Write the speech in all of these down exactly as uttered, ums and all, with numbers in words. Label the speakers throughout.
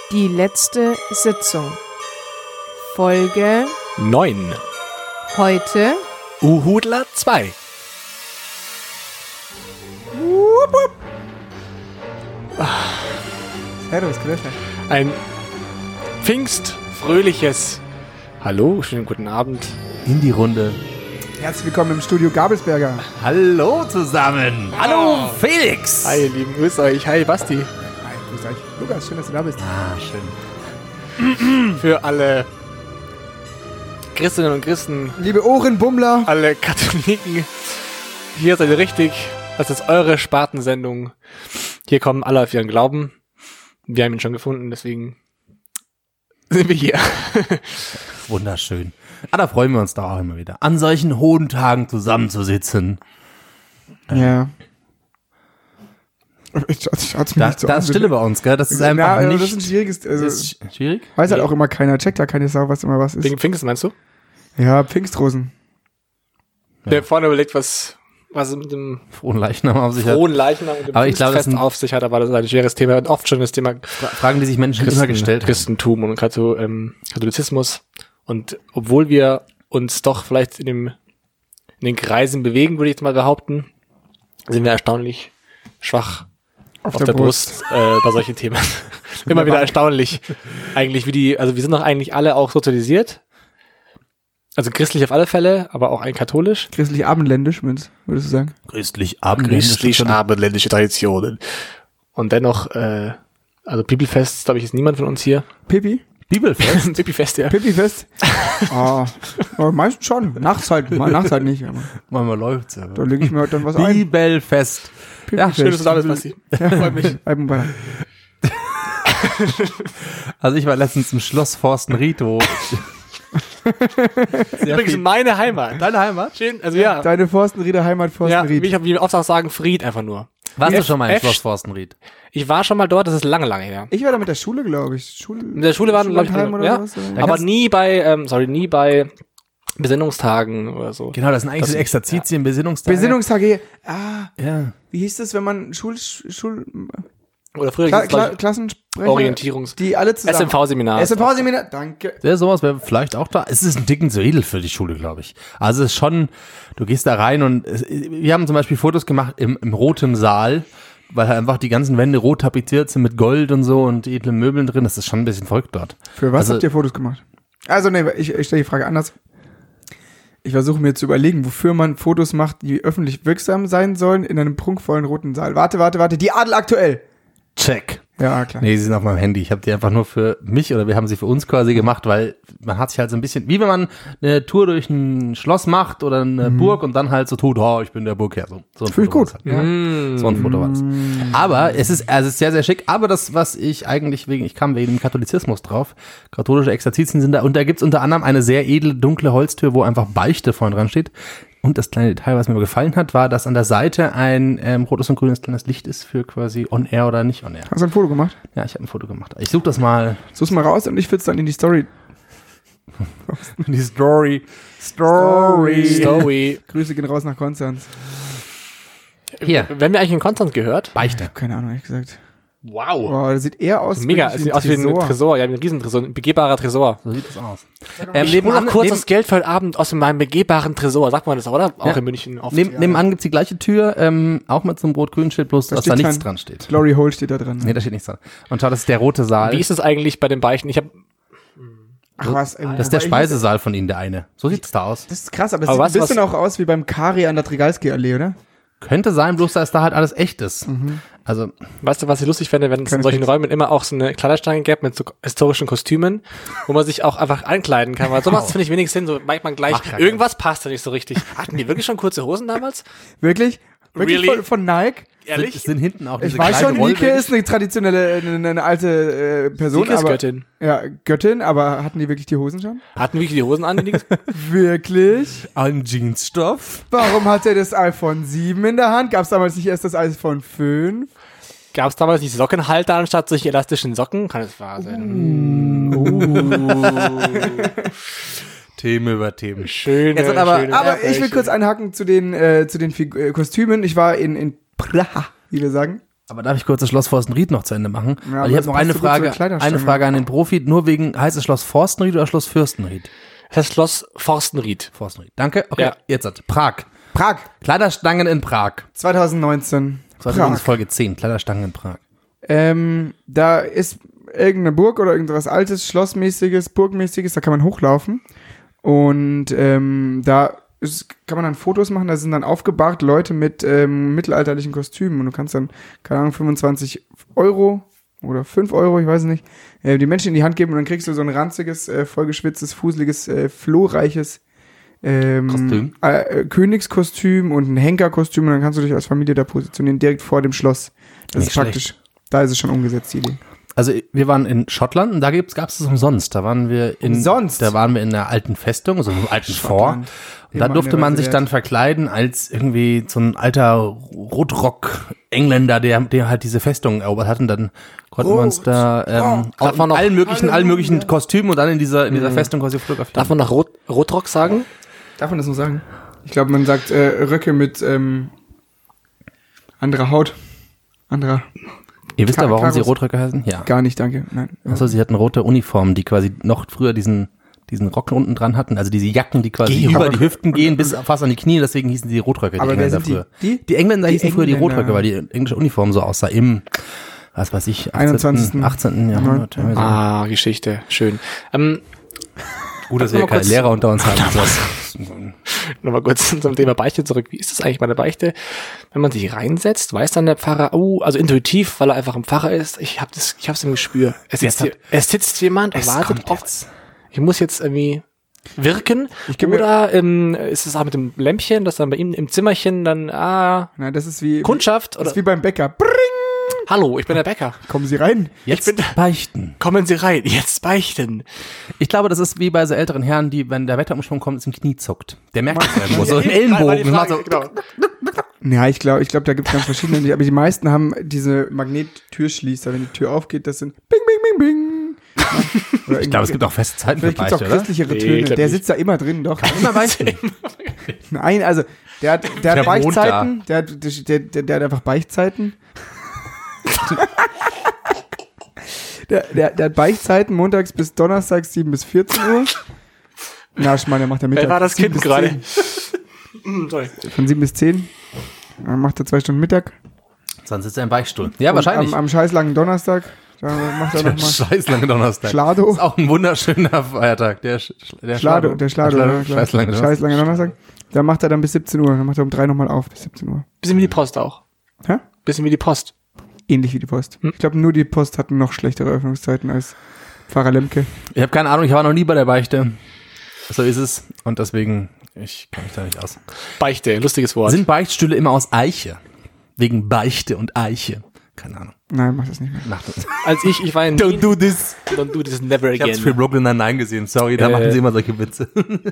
Speaker 1: Die letzte Sitzung. Folge
Speaker 2: neun.
Speaker 1: Heute
Speaker 2: Uhudler zwei.
Speaker 3: Wupp, wupp. Servus, grüß dich.
Speaker 2: Ein pfingstfröhliches Hallo, schönen guten Abend.
Speaker 4: In die Runde.
Speaker 3: Herzlich willkommen im Studio Gabelsberger.
Speaker 4: Hallo zusammen. Hallo Felix.
Speaker 2: Hi, ihr Lieben, grüß euch. Hi, Basti.
Speaker 3: Hi, grüß euch. Lukas, schön, dass du da bist.
Speaker 4: Ah, schön.
Speaker 2: Für alle Christinnen und Christen,
Speaker 3: Liebe Ohrenbummler.
Speaker 2: alle Katholiken, hier seid ihr richtig. Das ist eure Spartensendung. Hier kommen alle auf ihren Glauben. Wir haben ihn schon gefunden, deswegen sind wir hier.
Speaker 4: Wunderschön. Ah, da freuen wir uns doch auch immer wieder, an solchen hohen Tagen zusammenzusitzen.
Speaker 3: Ja. Ich, ich, ich
Speaker 4: Da, da ist Stille bei uns, gell? Das ist einfach
Speaker 3: ja, also
Speaker 4: nicht...
Speaker 3: das ist ein schwieriges, also,
Speaker 4: das ist sch- schwierig?
Speaker 3: weiß halt
Speaker 2: Nee.
Speaker 3: auch immer keiner, checkt da keine Sau, was immer was ist.
Speaker 2: Wegen Pfingsten, meinst du?
Speaker 3: Ja, Pfingstrosen.
Speaker 4: Ja.
Speaker 2: Der vorne überlegt, was, was es mit dem
Speaker 4: Frohen Leichnam auf sich hat.
Speaker 2: frohen Leichnam und dem
Speaker 4: Aber ich glaube, das
Speaker 2: Pfingstfest
Speaker 4: sind-
Speaker 2: auf sich hat, aber das ist ein schweres Thema und oft schon das Thema
Speaker 4: Fragen, die sich Menschen
Speaker 2: Christen,
Speaker 4: immer gestellt haben.
Speaker 2: Christentum und Katho, ähm, Katholizismus. Und obwohl wir uns doch vielleicht in, dem, in den Kreisen bewegen, würde ich jetzt mal behaupten, sind wir erstaunlich schwach auf,
Speaker 3: Auf der
Speaker 2: der, Brust, äh, bei solchen Themen. Immer wieder erstaunlich. Eigentlich, wie die, also wir sind doch eigentlich alle auch sozialisiert. Also christlich auf alle Fälle, aber auch ein katholisch.
Speaker 3: Christlich abendländisch, würdest du sagen?
Speaker 4: Christlich abendländisch.
Speaker 2: abendländische Traditionen. Und dennoch, äh, also Bibelfest, glaube ich, ist niemand von uns hier.
Speaker 3: Pipi?
Speaker 4: Bibelfest.
Speaker 2: Bibelfest, ja.
Speaker 3: Pipi-Fest? Ah, oh, meistens schon. Nachts halt, mal nachts halt nicht. Aber
Speaker 4: Manchmal läuft's ja.
Speaker 3: da lege ich mir halt dann was ein.
Speaker 4: Bibelfest.
Speaker 3: Ja,
Speaker 2: Schön, dass du da bist, Basti. Freut mich.
Speaker 3: Eibenbein.
Speaker 4: Also ich war letztens im Schloss Forstenried, wo... Sehr
Speaker 2: Übrigens
Speaker 4: viel-
Speaker 2: meine Heimat.
Speaker 4: Deine Heimat?
Speaker 2: Schön, also ja.
Speaker 3: Deine Forstenrieder Heimat,
Speaker 2: Ja,
Speaker 3: Forstenried.
Speaker 2: wie ich wie wir oft auch sagen, Fried einfach nur.
Speaker 4: Warst du
Speaker 2: F-
Speaker 4: schon mal im
Speaker 2: F-
Speaker 4: Schloss Forstenried?
Speaker 2: Ich war schon mal dort, das ist lange, lange her.
Speaker 3: Ich war da mit der Schule, glaube ich. Schule,
Speaker 2: In der Schule waren, glaube ich,
Speaker 3: Schullandheim oder
Speaker 2: ja,
Speaker 3: sowas, oder?
Speaker 2: aber
Speaker 4: kannst-
Speaker 2: nie bei, ähm, sorry, nie bei Besinnungstagen oder so.
Speaker 4: Genau, das sind eigentlich
Speaker 2: Das-
Speaker 4: so Exerzitien, Besinnungstage.
Speaker 3: Besinnungstage. Ah,
Speaker 4: Ja.
Speaker 3: wie hieß das, wenn man Schul, Schul,
Speaker 2: Oder früher
Speaker 3: Kla
Speaker 2: hieß es, glaub
Speaker 3: Kla
Speaker 2: ich,
Speaker 3: Klassensprecher,
Speaker 2: Orientierungs...
Speaker 3: die alle zusammen.
Speaker 2: S M V-Seminar.
Speaker 3: S M V-Seminar, danke.
Speaker 4: Ja, sowas wäre vielleicht auch da. Es ist ein Dicken so edel für die Schule, glaube ich. Also es ist schon, du gehst da rein und es, wir haben zum Beispiel Fotos gemacht im, im roten Saal, weil halt einfach die ganzen Wände rot tapeziert sind mit Gold und so und edlen Möbeln drin. Das ist schon ein bisschen verrückt dort.
Speaker 3: Für was
Speaker 4: Also-
Speaker 3: habt ihr Fotos gemacht? Also, nee, ich, ich stelle die Frage anders. Ich versuche mir zu überlegen, wofür man Fotos macht, die öffentlich wirksam sein sollen in einem prunkvollen roten Saal. Warte, warte, warte. Die Adel aktuell.
Speaker 4: Check.
Speaker 3: Ja, klar.
Speaker 4: Nee, sie sind auf meinem Handy. Ich habe die einfach nur für mich oder wir haben sie für uns quasi gemacht, weil man hat sich halt so ein bisschen, wie wenn man eine Tour durch ein Schloss macht oder eine Burg und dann halt so tut, oh, ich bin der Burgherr. So, so ein
Speaker 3: Fühl ich
Speaker 4: Foto
Speaker 3: gut.
Speaker 4: war's halt.
Speaker 2: Mm.
Speaker 4: So ein Foto war das. Aber es ist, also es ist sehr, sehr schick. Aber das, was ich eigentlich wegen, ich kam wegen dem Katholizismus drauf. Katholische Exerzitien sind da. Und da gibt's unter anderem eine sehr edle, dunkle Holztür, wo einfach Beichte vorne dran steht. Und das kleine Detail, was mir gefallen hat, war, dass an der Seite ein ähm, rotes und grünes kleines Licht ist für quasi on-air oder nicht on-air.
Speaker 3: Hast du ein Foto gemacht?
Speaker 4: Ja, ich habe ein Foto gemacht. Ich suche das mal.
Speaker 3: Such's mal raus und ich will's dann in die Story.
Speaker 4: Die Story. Story.
Speaker 2: Story.
Speaker 3: Grüße gehen raus nach Konstanz.
Speaker 4: Hier.
Speaker 2: Wenn wir eigentlich in Konstanz gehört.
Speaker 4: Beichte.
Speaker 3: Keine Ahnung, ehrlich gesagt.
Speaker 2: Wow.
Speaker 3: Boah, das sieht eher aus
Speaker 2: Mega,
Speaker 3: wie
Speaker 2: es sieht aus wie ein Tresor, ja, wie ein Riesentresor, ein begehbarer Tresor.
Speaker 4: So sieht das aus. Ähm,
Speaker 2: Ich hole noch kurz
Speaker 4: neben,
Speaker 2: das Geld für heute Abend aus meinem begehbaren Tresor. Sagt man das auch, oder? Auch
Speaker 4: Ja.
Speaker 2: in München oft.
Speaker 4: neben, nebenan gibt's die gleiche Tür, ähm, auch mit so einem rot-grünen Schild, bloß
Speaker 3: Da
Speaker 4: dass da
Speaker 3: steht
Speaker 4: nichts
Speaker 3: kein-
Speaker 4: dran steht.
Speaker 3: Glory Hole steht da dran.
Speaker 4: Nee, da steht nichts dran. Und schau, das ist der rote Saal.
Speaker 2: Wie ist es eigentlich bei den Beichten? Ich habe
Speaker 3: Ach was, ey,
Speaker 4: Das ist der
Speaker 3: wobei ich-
Speaker 4: Speisesaal von Ihnen, der eine. So sieht's da aus.
Speaker 3: Das ist krass, aber es
Speaker 2: Aber
Speaker 3: sieht
Speaker 2: was-
Speaker 3: ein bisschen
Speaker 2: was-
Speaker 3: auch aus wie beim Kari an der Trigalski-Allee, oder?
Speaker 4: Könnte sein, bloß da ist da halt alles echtes. Also,
Speaker 2: Weißt du, was ich lustig fände, wenn es in
Speaker 3: Keine
Speaker 2: solchen
Speaker 3: Fix.
Speaker 2: Räumen immer auch so eine Kleiderstange gäbe mit so historischen Kostümen, wo man sich auch einfach ankleiden kann. Weil sowas finde ich wenigstens Sinn, so merkt man gleich,
Speaker 4: Ach, ja,
Speaker 2: irgendwas passt da nicht so richtig. Hatten die wirklich schon kurze Hosen damals?
Speaker 3: Wirklich? Wirklich
Speaker 2: Really?
Speaker 3: von, von Nike?
Speaker 4: sind,
Speaker 2: Ehrlich?
Speaker 4: sind hinten auch diese
Speaker 3: Ich weiß
Speaker 4: kleinen
Speaker 3: schon, Nike
Speaker 4: Rollwände.
Speaker 3: ist eine traditionelle, eine, eine alte äh, Person,
Speaker 2: Nike ist
Speaker 3: aber
Speaker 2: Göttin.
Speaker 3: ja, Göttin, aber hatten die wirklich die Hosen schon?
Speaker 2: Hatten wirklich die Hosen an? Die
Speaker 3: Wirklich?
Speaker 4: Ein Jeansstoff.
Speaker 3: Warum hat er das iPhone sieben in der Hand? Gab es damals nicht erst das iPhone fünf?
Speaker 2: Gab es damals nicht Sockenhalter anstatt solche elastischen Socken? Kann es wahr sein?
Speaker 4: Themen über Themen.
Speaker 2: Schöne,
Speaker 4: Jetzt hat aber-
Speaker 2: schöne
Speaker 3: Aber ich will
Speaker 2: Werkzeuge.
Speaker 3: kurz einhaken zu den, äh, zu den Figu- äh, Kostümen. Ich war in, in Praha, wie wir sagen.
Speaker 4: Aber darf ich kurz das Schloss Forstenried noch zu Ende machen?
Speaker 3: Ja,
Speaker 4: Weil ich
Speaker 3: aber
Speaker 4: habe noch
Speaker 3: das
Speaker 4: eine
Speaker 3: passt so gut
Speaker 4: Frage,
Speaker 3: zur Kleiderstange.
Speaker 4: eine Frage an den Profi. Nur wegen, heißt es Schloss Forstenried oder Schloss Fürstenried?
Speaker 2: Das heißt Schloss Forstenried.
Speaker 4: Forstenried. Danke. Okay,
Speaker 2: Ja.
Speaker 4: jetzt hat Prag.
Speaker 3: Prag,
Speaker 4: Kleiderstangen in Prag.
Speaker 3: zwanzig neunzehn.
Speaker 4: Das war
Speaker 3: Prag.
Speaker 4: übrigens Folge zehn. Kleiderstangen in Prag.
Speaker 3: Ähm, da ist irgendeine Burg oder irgendwas Altes, Schlossmäßiges, Burgmäßiges, da kann man hochlaufen. Und ähm, da ist, kann man dann Fotos machen, da sind dann aufgebahrt Leute mit ähm, mittelalterlichen Kostümen. Und du kannst dann, keine Ahnung, fünfundzwanzig Euro oder fünf Euro, ich weiß nicht, äh, die Menschen in die Hand geben und dann kriegst du so ein ranziges, äh, vollgeschwitztes, fuseliges, äh, flohreiches ähm,
Speaker 4: Kostüm.
Speaker 3: Äh, äh, Königskostüm und ein Henkerkostüm und dann kannst du dich als Familie da positionieren, direkt vor dem Schloss. Das
Speaker 4: Nicht
Speaker 3: ist praktisch. Da ist es schon umgesetzt, die Idee.
Speaker 4: Also wir waren in Schottland und da gab es es umsonst. Da waren wir in
Speaker 3: Umsonst?
Speaker 4: Da waren wir in einer alten Festung, so einem alten Fort.
Speaker 3: Schottland.
Speaker 4: Und da
Speaker 3: Immer
Speaker 4: durfte
Speaker 3: eine
Speaker 4: man
Speaker 3: Reise
Speaker 4: sich
Speaker 3: wert.
Speaker 4: dann verkleiden als irgendwie so ein alter Rotrock-Engländer, der, der halt diese Festung erobert hat. Und dann konnten wir uns da ähm,
Speaker 2: Darf
Speaker 4: auch
Speaker 2: man
Speaker 4: in
Speaker 2: noch-
Speaker 4: allen möglichen, allen möglichen
Speaker 3: Halleluja.
Speaker 4: Kostümen und dann in dieser in dieser Festung quasi fotografieren.
Speaker 2: Darf man nach Rot Rotrock sagen?
Speaker 3: Darf man das noch sagen? Ich glaube, man sagt äh, Röcke mit ähm, anderer Haut. Anderer.
Speaker 4: Ihr wisst ja,
Speaker 3: Ka-
Speaker 4: warum sie
Speaker 3: Karos.
Speaker 4: Rotröcke heißen? Ja.
Speaker 3: Gar nicht, danke. Nein.
Speaker 4: Achso, sie hatten rote Uniformen, die quasi noch früher diesen diesen Rock unten dran hatten, also diese Jacken, die quasi
Speaker 2: Geo.
Speaker 4: über die Hüften gehen bis fast an die Knie, deswegen hießen die Rotröcke, die
Speaker 3: Aber wer
Speaker 4: Engländer
Speaker 3: sind die?
Speaker 4: früher.
Speaker 3: Die?
Speaker 4: Die Engländer
Speaker 3: Die
Speaker 4: hießen früher die
Speaker 3: Engländer.
Speaker 4: Rotröcke, weil die englische Uniform so aussah im, was weiß ich,
Speaker 3: einundzwanzigsten.
Speaker 4: achtzehnten Jahrhundert. irgendwie so.
Speaker 2: Ah, Geschichte. Schön. Ähm,
Speaker 4: Gut, dass
Speaker 2: Noch
Speaker 4: wir
Speaker 2: mal
Speaker 4: keine
Speaker 2: kurz-
Speaker 4: Lehrer unter uns haben.
Speaker 2: Nochmal kurz zum Thema Beichte zurück. Wie ist das eigentlich bei der Beichte? Wenn man sich reinsetzt, weiß dann der Pfarrer, oh, also intuitiv, weil er einfach ein Pfarrer ist, ich hab das, ich hab's im Gespür. Es sitzt,
Speaker 4: Jetzt
Speaker 2: hier, es sitzt jemand und
Speaker 4: Es
Speaker 2: wartet
Speaker 4: kommt
Speaker 2: auf,
Speaker 4: jetzt.
Speaker 2: ich muss jetzt irgendwie wirken.
Speaker 3: Ich geb mir-
Speaker 2: Oder ähm, ist es auch mit dem Lämpchen, das dann bei ihm im Zimmerchen dann, ah,
Speaker 3: Nein, das ist wie,
Speaker 2: Kundschaft
Speaker 3: das
Speaker 2: oder,
Speaker 3: ist wie beim Bäcker. Bring,
Speaker 2: hallo, ich bin der Bäcker.
Speaker 3: kommen Sie rein.
Speaker 4: Jetzt beichten.
Speaker 2: Kommen Sie rein, jetzt beichten.
Speaker 4: Ich glaube, das ist wie bei so älteren Herren, die, wenn der Wetterumschwung kommt, es im Knie zuckt. Der merkt das irgendwo. So im Ellenbogen. Das macht so,
Speaker 2: genau.
Speaker 3: Ja, ich glaube, ich glaube, da gibt es ganz verschiedene, aber die meisten haben diese Magnet-Türschließer, wenn die Tür aufgeht, das sind Bing, Bing, Bing, Bing. Oder
Speaker 4: ich glaube, es gibt auch feste Zeiten für
Speaker 3: Vielleicht gibt es auch
Speaker 4: Beichte, oder?
Speaker 3: christlichere
Speaker 2: Nee,
Speaker 3: Töne.
Speaker 2: ich glaub
Speaker 3: Der
Speaker 2: nicht.
Speaker 3: sitzt da immer drin, doch.
Speaker 4: Immer beichten.
Speaker 3: Nein, also der hat, der
Speaker 4: Der
Speaker 3: hat
Speaker 4: wohnt
Speaker 3: Beichtzeiten, der hat, der, der, der hat einfach Beichtzeiten. der, der, der hat Beichtzeiten montags bis donnerstags sieben bis vierzehn Uhr. Na, ich meine, der macht ja Mittag.
Speaker 2: Wer war das
Speaker 3: sieben
Speaker 2: Kind
Speaker 3: bis
Speaker 2: gerade?
Speaker 3: zehn.
Speaker 2: Hm, Sorry.
Speaker 3: Von sieben bis zehn. Dann macht er zwei Stunden Mittag.
Speaker 4: Sonst sitzt er im Beichtstuhl. Ja,
Speaker 3: Und
Speaker 4: wahrscheinlich.
Speaker 3: Am, am scheißlangen Donnerstag, da macht er
Speaker 4: Der
Speaker 3: nochmal
Speaker 4: scheiß lange Donnerstag.
Speaker 3: Schlado.
Speaker 4: Ist auch ein wunderschöner Feiertag. Der, Sch der
Speaker 3: Schlado, der Schlado, ja, klar.
Speaker 4: Scheiß lange Donnerstag.
Speaker 3: Scheiß lange Donnerstag. Da macht er dann bis siebzehn Uhr. Dann macht er um drei nochmal auf bis siebzehn Uhr.
Speaker 2: Bisschen wie die Post auch.
Speaker 3: Hä?
Speaker 2: Bisschen wie die Post.
Speaker 3: Ähnlich wie die Post.
Speaker 2: Hm.
Speaker 3: Ich glaube, nur die Post hat noch schlechtere Öffnungszeiten als Pfarrer Lemke.
Speaker 4: Ich habe keine Ahnung, ich war noch nie bei der Beichte. So ist es. Und deswegen, ich kann mich da nicht aus.
Speaker 2: Beichte, lustiges Wort.
Speaker 4: Sind Beichtstühle immer aus Eiche? Wegen Beichte und Eiche. Keine Ahnung.
Speaker 3: Nein, mach das nicht mehr.
Speaker 4: Macht das.
Speaker 2: Als ich, ich war in
Speaker 4: Don't
Speaker 2: Wien.
Speaker 4: do this.
Speaker 2: Don't do this never
Speaker 4: Ich hab's
Speaker 2: again.
Speaker 4: für Brooklyn Nine-Nine gesehen. Sorry, da
Speaker 2: Äh,
Speaker 4: machen sie immer solche Witze.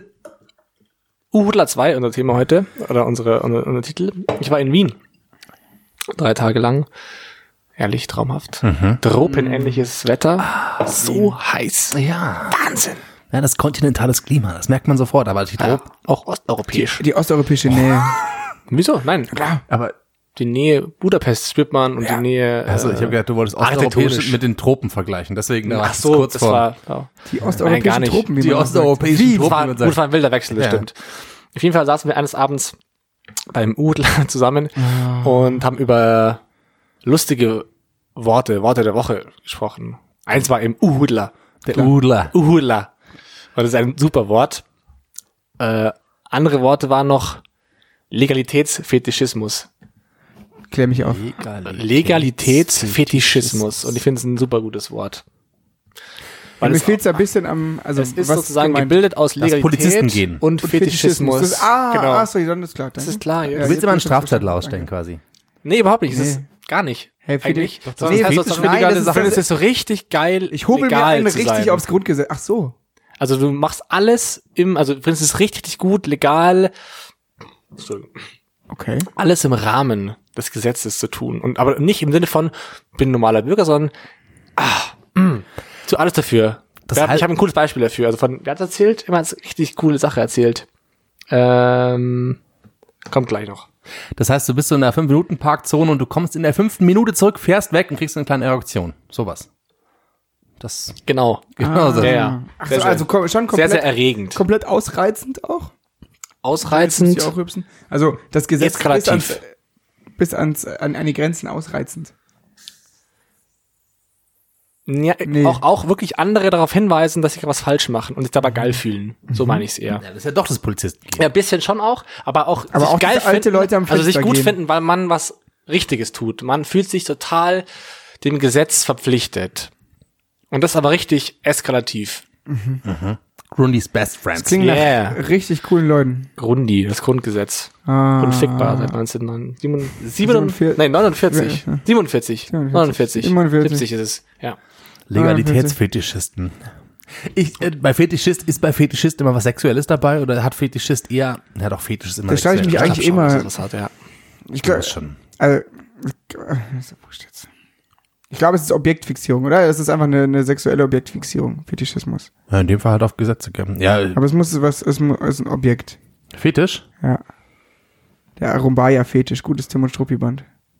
Speaker 2: Uhudler zwei, unser Thema heute. Oder unsere, unser, unser Titel. Ich war in Wien. Drei Tage lang. Herrlich, traumhaft.
Speaker 4: Mhm.
Speaker 2: Tropenähnliches Wetter. So heiß.
Speaker 4: Ja.
Speaker 2: Wahnsinn.
Speaker 4: Ja, das kontinentales Klima, das merkt man sofort. Aber die
Speaker 2: Ja,
Speaker 4: Trop
Speaker 2: auch osteuropäisch.
Speaker 3: Die osteuropäische Nähe.
Speaker 2: Wieso? Nein.
Speaker 4: aber
Speaker 2: Die Nähe Budapest spürt man und die Nähe.
Speaker 4: also ich habe gedacht, du wolltest osteuropäisch
Speaker 2: architektonisch.
Speaker 4: mit den Tropen vergleichen. Deswegen da war
Speaker 2: Ach
Speaker 4: ich
Speaker 2: so,
Speaker 4: kurz
Speaker 2: das
Speaker 4: vor.
Speaker 2: war. Ja.
Speaker 3: Die
Speaker 2: Nein, gar
Speaker 3: osteuropäischen
Speaker 2: nicht.
Speaker 3: Truppen, wie
Speaker 4: Die
Speaker 3: man auch sagt.
Speaker 4: osteuropäischen
Speaker 2: Wie?
Speaker 4: Tropen,
Speaker 2: War,
Speaker 4: wie man
Speaker 2: gut,
Speaker 4: sagt.
Speaker 2: war ein wilder Wechsel, das
Speaker 4: Ja.
Speaker 2: stimmt. Auf jeden Fall saßen wir eines Abends beim Uhudler zusammen und haben über lustige Worte, Worte der Woche gesprochen. Eins war eben Uhudler. Der
Speaker 4: Udler.
Speaker 2: Uhudler. Und das ist ein super Wort. Äh, andere Worte waren noch Legalitätsfetischismus.
Speaker 3: Klär mich auf.
Speaker 2: Legalitätsfetischismus. Und ich finde es ein super gutes Wort. Weil
Speaker 3: Mir
Speaker 2: es,
Speaker 3: fehlt es ein bisschen am, also
Speaker 2: es ist
Speaker 3: was
Speaker 2: sozusagen
Speaker 3: gemeint?
Speaker 2: gebildet aus Legalität
Speaker 4: Polizisten gehen.
Speaker 2: und Fetischismus.
Speaker 3: Das, ah,
Speaker 2: genau.
Speaker 3: ah, sorry, dann ist klar.
Speaker 2: Das ist klar. Ja.
Speaker 4: Du willst immer einen
Speaker 3: jetzt hab ich's
Speaker 4: Strafzettel
Speaker 3: verstanden.
Speaker 4: ausstellen quasi.
Speaker 2: Nee, überhaupt nicht. Es ist
Speaker 3: Nee.
Speaker 2: gar nicht.
Speaker 3: Hey, für
Speaker 2: Eigentlich.
Speaker 3: dich-
Speaker 2: Sondern
Speaker 3: Nee,
Speaker 2: das heißt,
Speaker 3: Fetisch
Speaker 2: das
Speaker 3: für
Speaker 2: ist
Speaker 3: nein,
Speaker 2: legal,
Speaker 3: das ist-
Speaker 2: das ist, ist so richtig geil.
Speaker 3: Ich hobel mir
Speaker 2: legal
Speaker 3: einen
Speaker 2: zu
Speaker 3: richtig
Speaker 2: sein.
Speaker 3: aufs Grundgesetz. Ach so.
Speaker 2: Also du machst alles im, also du findest es richtig, richtig gut, legal,
Speaker 3: Okay.
Speaker 2: alles im Rahmen des Gesetzes zu tun. Und aber nicht im Sinne von, bin ein normaler Bürger, sondern ah, mh, tu alles dafür.
Speaker 4: Das
Speaker 2: Wir haben,
Speaker 4: heißt-
Speaker 2: ich habe ein cooles Beispiel dafür. Also von, wer hat's erzählt? Immer eine richtig coole Sache erzählt. Ähm, kommt gleich noch.
Speaker 4: Das heißt, du bist so in der fünf Minuten Parkzone und du kommst in der fünften Minute zurück, fährst weg und kriegst eine kleine Erektion. Sowas. Das
Speaker 2: Genau.
Speaker 4: genau so.
Speaker 2: Ja, ja.
Speaker 3: Ach
Speaker 2: Sehr
Speaker 3: so,
Speaker 2: schön.
Speaker 3: also kom- schon
Speaker 2: Sehr,
Speaker 3: komplett,
Speaker 2: sehr erregend.
Speaker 3: komplett ausreizend auch.
Speaker 2: Ausreizend.
Speaker 3: Muss ich auch rübsen. Also das Gesetz bis,
Speaker 2: Eskalativ.
Speaker 3: ans, bis ans, an, an die Grenzen ausreizend.
Speaker 2: Ja,
Speaker 3: Nee.
Speaker 2: auch, auch wirklich andere darauf hinweisen, dass sie was falsch machen und sich dabei geil fühlen. So meine ich es eher.
Speaker 4: Ja, das ist ja doch das Polizisten.
Speaker 2: Ja, ein bisschen schon auch, aber auch
Speaker 3: Aber
Speaker 2: sich
Speaker 3: auch
Speaker 2: geil
Speaker 3: diese alte
Speaker 2: finden,
Speaker 3: Leute am
Speaker 2: also sich
Speaker 3: Fenster
Speaker 2: gut
Speaker 3: gehen.
Speaker 2: finden, weil man was Richtiges tut. Man fühlt sich total dem Gesetz verpflichtet. Und das aber richtig eskalativ.
Speaker 4: Grundys Best Friends.
Speaker 3: Das klingt
Speaker 2: Yeah.
Speaker 3: nach richtig coolen Leuten.
Speaker 2: Grundi, das Grundgesetz.
Speaker 3: Ah.
Speaker 2: Unfickbar seit neunzehnhundertsiebenundvierzig.
Speaker 3: siebenundvierzig.
Speaker 2: Nein, neunundvierzig.
Speaker 3: Ja, ja.
Speaker 2: siebenundvierzig. neunundvierzig.
Speaker 3: siebenundvierzig.
Speaker 2: siebzig ist es, ja.
Speaker 4: Legalitätsfetischisten. Ich, äh, bei Fetischist, ist bei Fetischist immer was Sexuelles dabei oder hat Fetischist eher, ja doch, Fetisch ist immer
Speaker 3: Da stelle ich mich
Speaker 2: Ich
Speaker 3: eigentlich
Speaker 2: glaub schon,
Speaker 3: immer.
Speaker 2: dass das was hat, ja.
Speaker 3: Ich
Speaker 4: Ich
Speaker 3: glaube,
Speaker 4: glaube schon.
Speaker 3: also, ist ja wurscht jetzt. Ich glaube, es ist Objektfixierung, oder? Es ist einfach eine, eine sexuelle Objektfixierung, Fetischismus.
Speaker 4: Ja, in dem Fall halt auf Gesetze geben. Ja,
Speaker 3: Aber es muss was, es mu- es ist ein Objekt.
Speaker 4: Fetisch?
Speaker 3: Ja. Der Arumbaya-Fetisch, gutes Tim und Struppi-Band.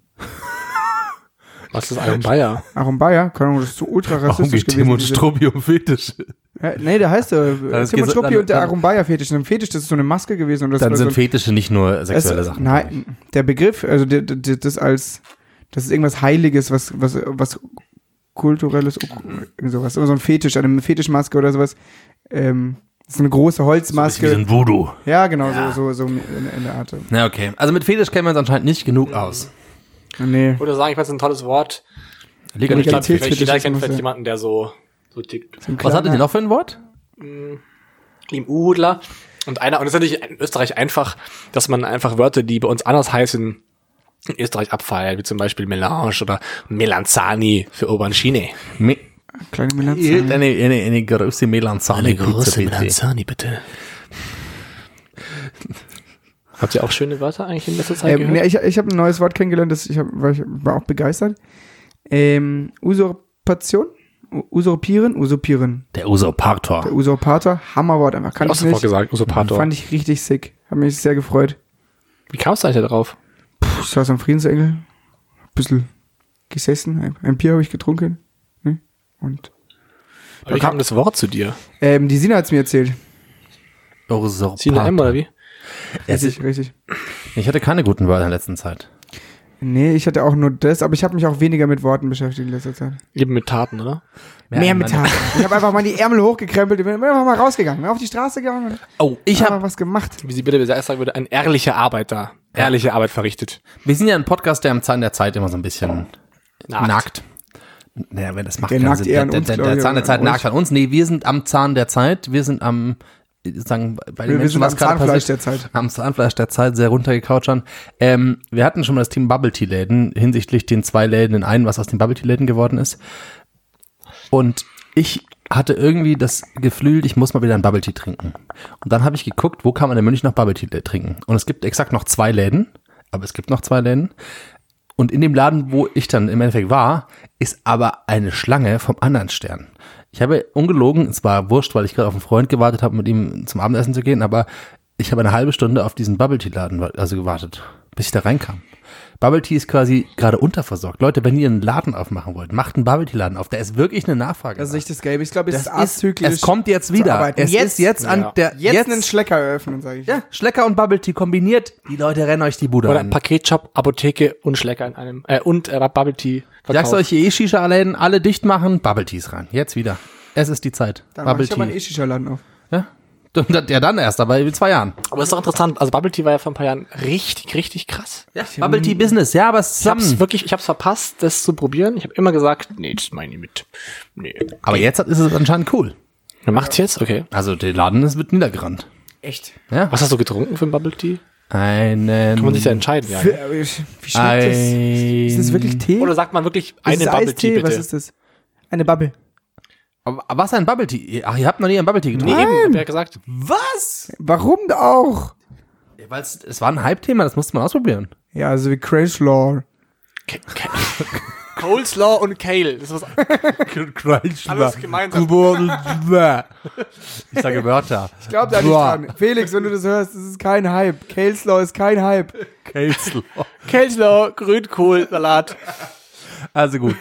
Speaker 2: Was ist Iron Bayer?
Speaker 3: Arumbaya, keine Ahnung, das ist so ultra
Speaker 4: Warum
Speaker 3: rassistisch
Speaker 4: geht
Speaker 3: gewesen.
Speaker 4: Tim und
Speaker 3: diese-
Speaker 4: Struppi um Fetisch?
Speaker 3: Ja, nee, der heißt äh,
Speaker 4: Das
Speaker 3: Tim
Speaker 4: geht
Speaker 3: und
Speaker 4: so-
Speaker 3: Struppi
Speaker 4: dann-
Speaker 3: und der
Speaker 4: dann-
Speaker 3: Arumbaya-Fetisch. Ein Fetisch, das ist so eine Maske gewesen. Und das
Speaker 4: Dann
Speaker 3: war
Speaker 4: sind
Speaker 3: so ein,
Speaker 4: Fetische nicht nur
Speaker 3: es,
Speaker 4: sexuelle Sachen.
Speaker 3: Nein, der Begriff, also der, der, das als, das ist irgendwas Heiliges, was, was, was kulturelles, irgend sowas. Immer so ein Fetisch, eine Fetischmaske oder sowas. Ähm, das ist eine große
Speaker 4: Wie
Speaker 3: Holzmaske.
Speaker 4: so ein Voodoo.
Speaker 3: Ja, genau, so, so, so in, in der Art.
Speaker 4: Na, okay. Also mit Fetisch kennen wir uns anscheinend nicht genug aus.
Speaker 3: Nee.
Speaker 2: Ich würde sagen, ich fand es ein tolles Wort.
Speaker 4: Legalität.
Speaker 3: Legalität.
Speaker 2: Vielleicht jeder kennt
Speaker 3: Fetischismus,
Speaker 2: vielleicht
Speaker 3: ja.
Speaker 2: jemanden, der so, so tickt.
Speaker 3: So ein
Speaker 4: Was hattet ihr
Speaker 3: kleiner-
Speaker 4: noch für ein Wort?
Speaker 2: Im U-Hudler. Und einer, und es ist natürlich in Österreich einfach, dass man einfach Wörter, die bei uns anders heißen, in Österreich abfeiert, wie zum Beispiel Melange oder Melanzani für Aubergine.
Speaker 4: Me
Speaker 3: Kleine Melanze.
Speaker 4: eine, eine, eine große Melanzani-Pizza, bitte.
Speaker 2: bitte. Habt ihr auch schöne Wörter eigentlich in letzter Zeit
Speaker 3: Ähm,
Speaker 2: gehört?
Speaker 3: nee, ich ich habe ein neues Wort kennengelernt, das ich, hab, war, ich war auch begeistert. Ähm, Usurpation? U- Usurpieren? Usurpieren.
Speaker 4: Der Usurpator.
Speaker 3: Der Usurpator, Hammerwort einfach. Kann
Speaker 2: Hab ich
Speaker 3: ich
Speaker 2: auch sofort
Speaker 3: nicht.
Speaker 2: gesagt, Usurpator.
Speaker 3: Fand ich richtig sick. Hat mich sehr gefreut.
Speaker 2: Wie kamst du eigentlich da drauf?
Speaker 3: Puh, ich saß am Friedensengel, ein bisschen gesessen, ein, ein Bier habe ich getrunken. Ne? Und
Speaker 2: Wie kam das Wort zu dir?
Speaker 3: ähm, die Sina hat es mir erzählt.
Speaker 4: Usurpator.
Speaker 2: Sina M oder wie?
Speaker 4: Es
Speaker 3: Richtig,
Speaker 4: ist,
Speaker 3: richtig.
Speaker 4: ich hatte keine guten Wörter in der letzten Zeit.
Speaker 3: Nee, ich hatte auch nur das, aber ich habe mich auch weniger mit Worten beschäftigt in letzter Zeit.
Speaker 2: Eben mit Taten, oder?
Speaker 3: Mehr mit
Speaker 4: meine-
Speaker 3: Taten. Ich habe einfach mal die Ärmel hochgekrempelt, ich bin einfach mal rausgegangen, bin auf die Straße gegangen und
Speaker 4: Oh, ich
Speaker 3: habe
Speaker 4: habe.
Speaker 3: was gemacht.
Speaker 2: Wie sie bitte besser sagen würde, ein ehrlicher Arbeiter. Ehrliche Arbeit verrichtet.
Speaker 4: Wir sind ja ein Podcast, der am Zahn der Zeit immer so ein bisschen
Speaker 2: Nagt.
Speaker 4: nagt. Naja, wenn das macht
Speaker 3: Der
Speaker 4: keinen
Speaker 3: nagt
Speaker 4: Sinn.
Speaker 3: eher
Speaker 4: Der,
Speaker 3: an
Speaker 4: der,
Speaker 3: uns,
Speaker 4: der,
Speaker 3: glaub
Speaker 4: der
Speaker 3: ich,
Speaker 4: Zahn der
Speaker 3: oder
Speaker 4: Zeit
Speaker 3: an
Speaker 4: nagt an uns. Nee, wir sind am Zahn der Zeit. Wir sind am, sagen, bei den
Speaker 3: Wir, wir
Speaker 4: Menschen,
Speaker 3: sind
Speaker 4: was
Speaker 3: am
Speaker 4: gerade
Speaker 3: Zahnfleisch
Speaker 4: passiert,
Speaker 3: der Zeit.
Speaker 4: am Zahnfleisch der Zeit sehr runtergekautschern. Ähm, wir hatten schon mal das Thema Bubble Tea Läden hinsichtlich den zwei Läden in einen, was aus den Bubble Tea Läden geworden ist. Und ich hatte irgendwie das Gefühl, ich muss mal wieder einen Bubble Tea trinken. Und dann habe ich geguckt, wo kann man in München noch Bubble Tea trinken? Und es gibt exakt noch zwei Läden, aber es gibt noch zwei Läden. Und in dem Laden, wo ich dann im Endeffekt war, ist aber eine Schlange vom anderen Stern. Ich habe ungelogen, es war wurscht, weil ich gerade auf einen Freund gewartet habe, mit ihm zum Abendessen zu gehen, aber ich habe eine halbe Stunde auf diesen Bubble Tea Laden wa- also gewartet, bis ich da reinkam. Bubble Tea ist quasi gerade unterversorgt. Leute, wenn ihr einen Laden aufmachen wollt, macht einen Bubble Tea Laden auf. Da ist wirklich eine Nachfrage.
Speaker 3: Das ist
Speaker 4: da.
Speaker 3: nicht das Gelbe. Ich glaube, es
Speaker 4: Das
Speaker 3: ist
Speaker 4: ist,
Speaker 3: azyklisch.
Speaker 4: es kommt jetzt
Speaker 3: zu
Speaker 4: wieder.
Speaker 3: arbeiten.
Speaker 4: Es
Speaker 3: Jetzt-
Speaker 4: ist jetzt an
Speaker 2: ja.
Speaker 4: der,
Speaker 3: Jetzt, einen Schlecker eröffnen, sage ich.
Speaker 4: ja, Schlecker und Bubble Tea kombiniert. Die Leute rennen euch die Bude
Speaker 2: Oder
Speaker 4: an.
Speaker 2: Paketshop, Apotheke und Schlecker in einem. Äh, und äh, Bubble Tea.
Speaker 4: Ich sag's euch, ihr E-Shisha-Läden alle dicht machen, Bubble Teas rein. Jetzt wieder. Es ist die Zeit.
Speaker 3: Dann mach
Speaker 4: Bubble
Speaker 3: ich aber einen
Speaker 4: Tea.
Speaker 3: E-Shisha-Laden auf.
Speaker 4: Ja? Ja, dann erst, aber in zwei Jahren.
Speaker 2: Aber ist doch interessant. Also Bubble Tea war ja vor ein paar Jahren richtig, richtig krass.
Speaker 4: Ja, Bubble Tea Business, ja, aber
Speaker 2: Ich hab's
Speaker 4: zusammen.
Speaker 2: wirklich, ich hab's verpasst, das zu probieren. Ich habe immer gesagt, nee, das meine ich mit. Nee.
Speaker 4: Aber jetzt ist es anscheinend cool.
Speaker 2: Wer macht's jetzt? Okay.
Speaker 4: Also der Laden ist wird niedergerannt.
Speaker 3: Echt?
Speaker 4: Ja.
Speaker 2: Was hast du getrunken für ein Bubble Tea?
Speaker 4: Einen.
Speaker 2: Kann man sich da entscheiden, ja.
Speaker 3: Für, aber ich- wie schmeckt
Speaker 4: ein,
Speaker 3: das? Ist das wirklich Tee?
Speaker 2: Oder sagt man wirklich
Speaker 3: ist
Speaker 2: eine
Speaker 3: es
Speaker 2: Bubble
Speaker 3: Eistee?
Speaker 2: Tea, bitte?
Speaker 3: Was ist das? Eine Bubble.
Speaker 4: Aber was ein Bubble Tea? Ach, ihr habt noch nie einen Bubble Tea
Speaker 2: Nee,
Speaker 4: getrunken?
Speaker 2: eben, hab ja gesagt.
Speaker 4: Was?
Speaker 3: Warum auch?
Speaker 4: Weil es war ein Hype-Thema, das musste man ausprobieren.
Speaker 3: Ja, also wie Crash Law.
Speaker 2: Ke- Ke- Coleslaw und Kale. Das ist was alles gemeinsam.
Speaker 4: Ich sage Wörter.
Speaker 3: Ich glaube da nicht dran. Felix, wenn du das hörst, das ist kein Hype. Coleslaw ist kein Hype.
Speaker 4: Coleslaw.
Speaker 2: Coleslaw, Grünkohlsalat.
Speaker 4: Also gut.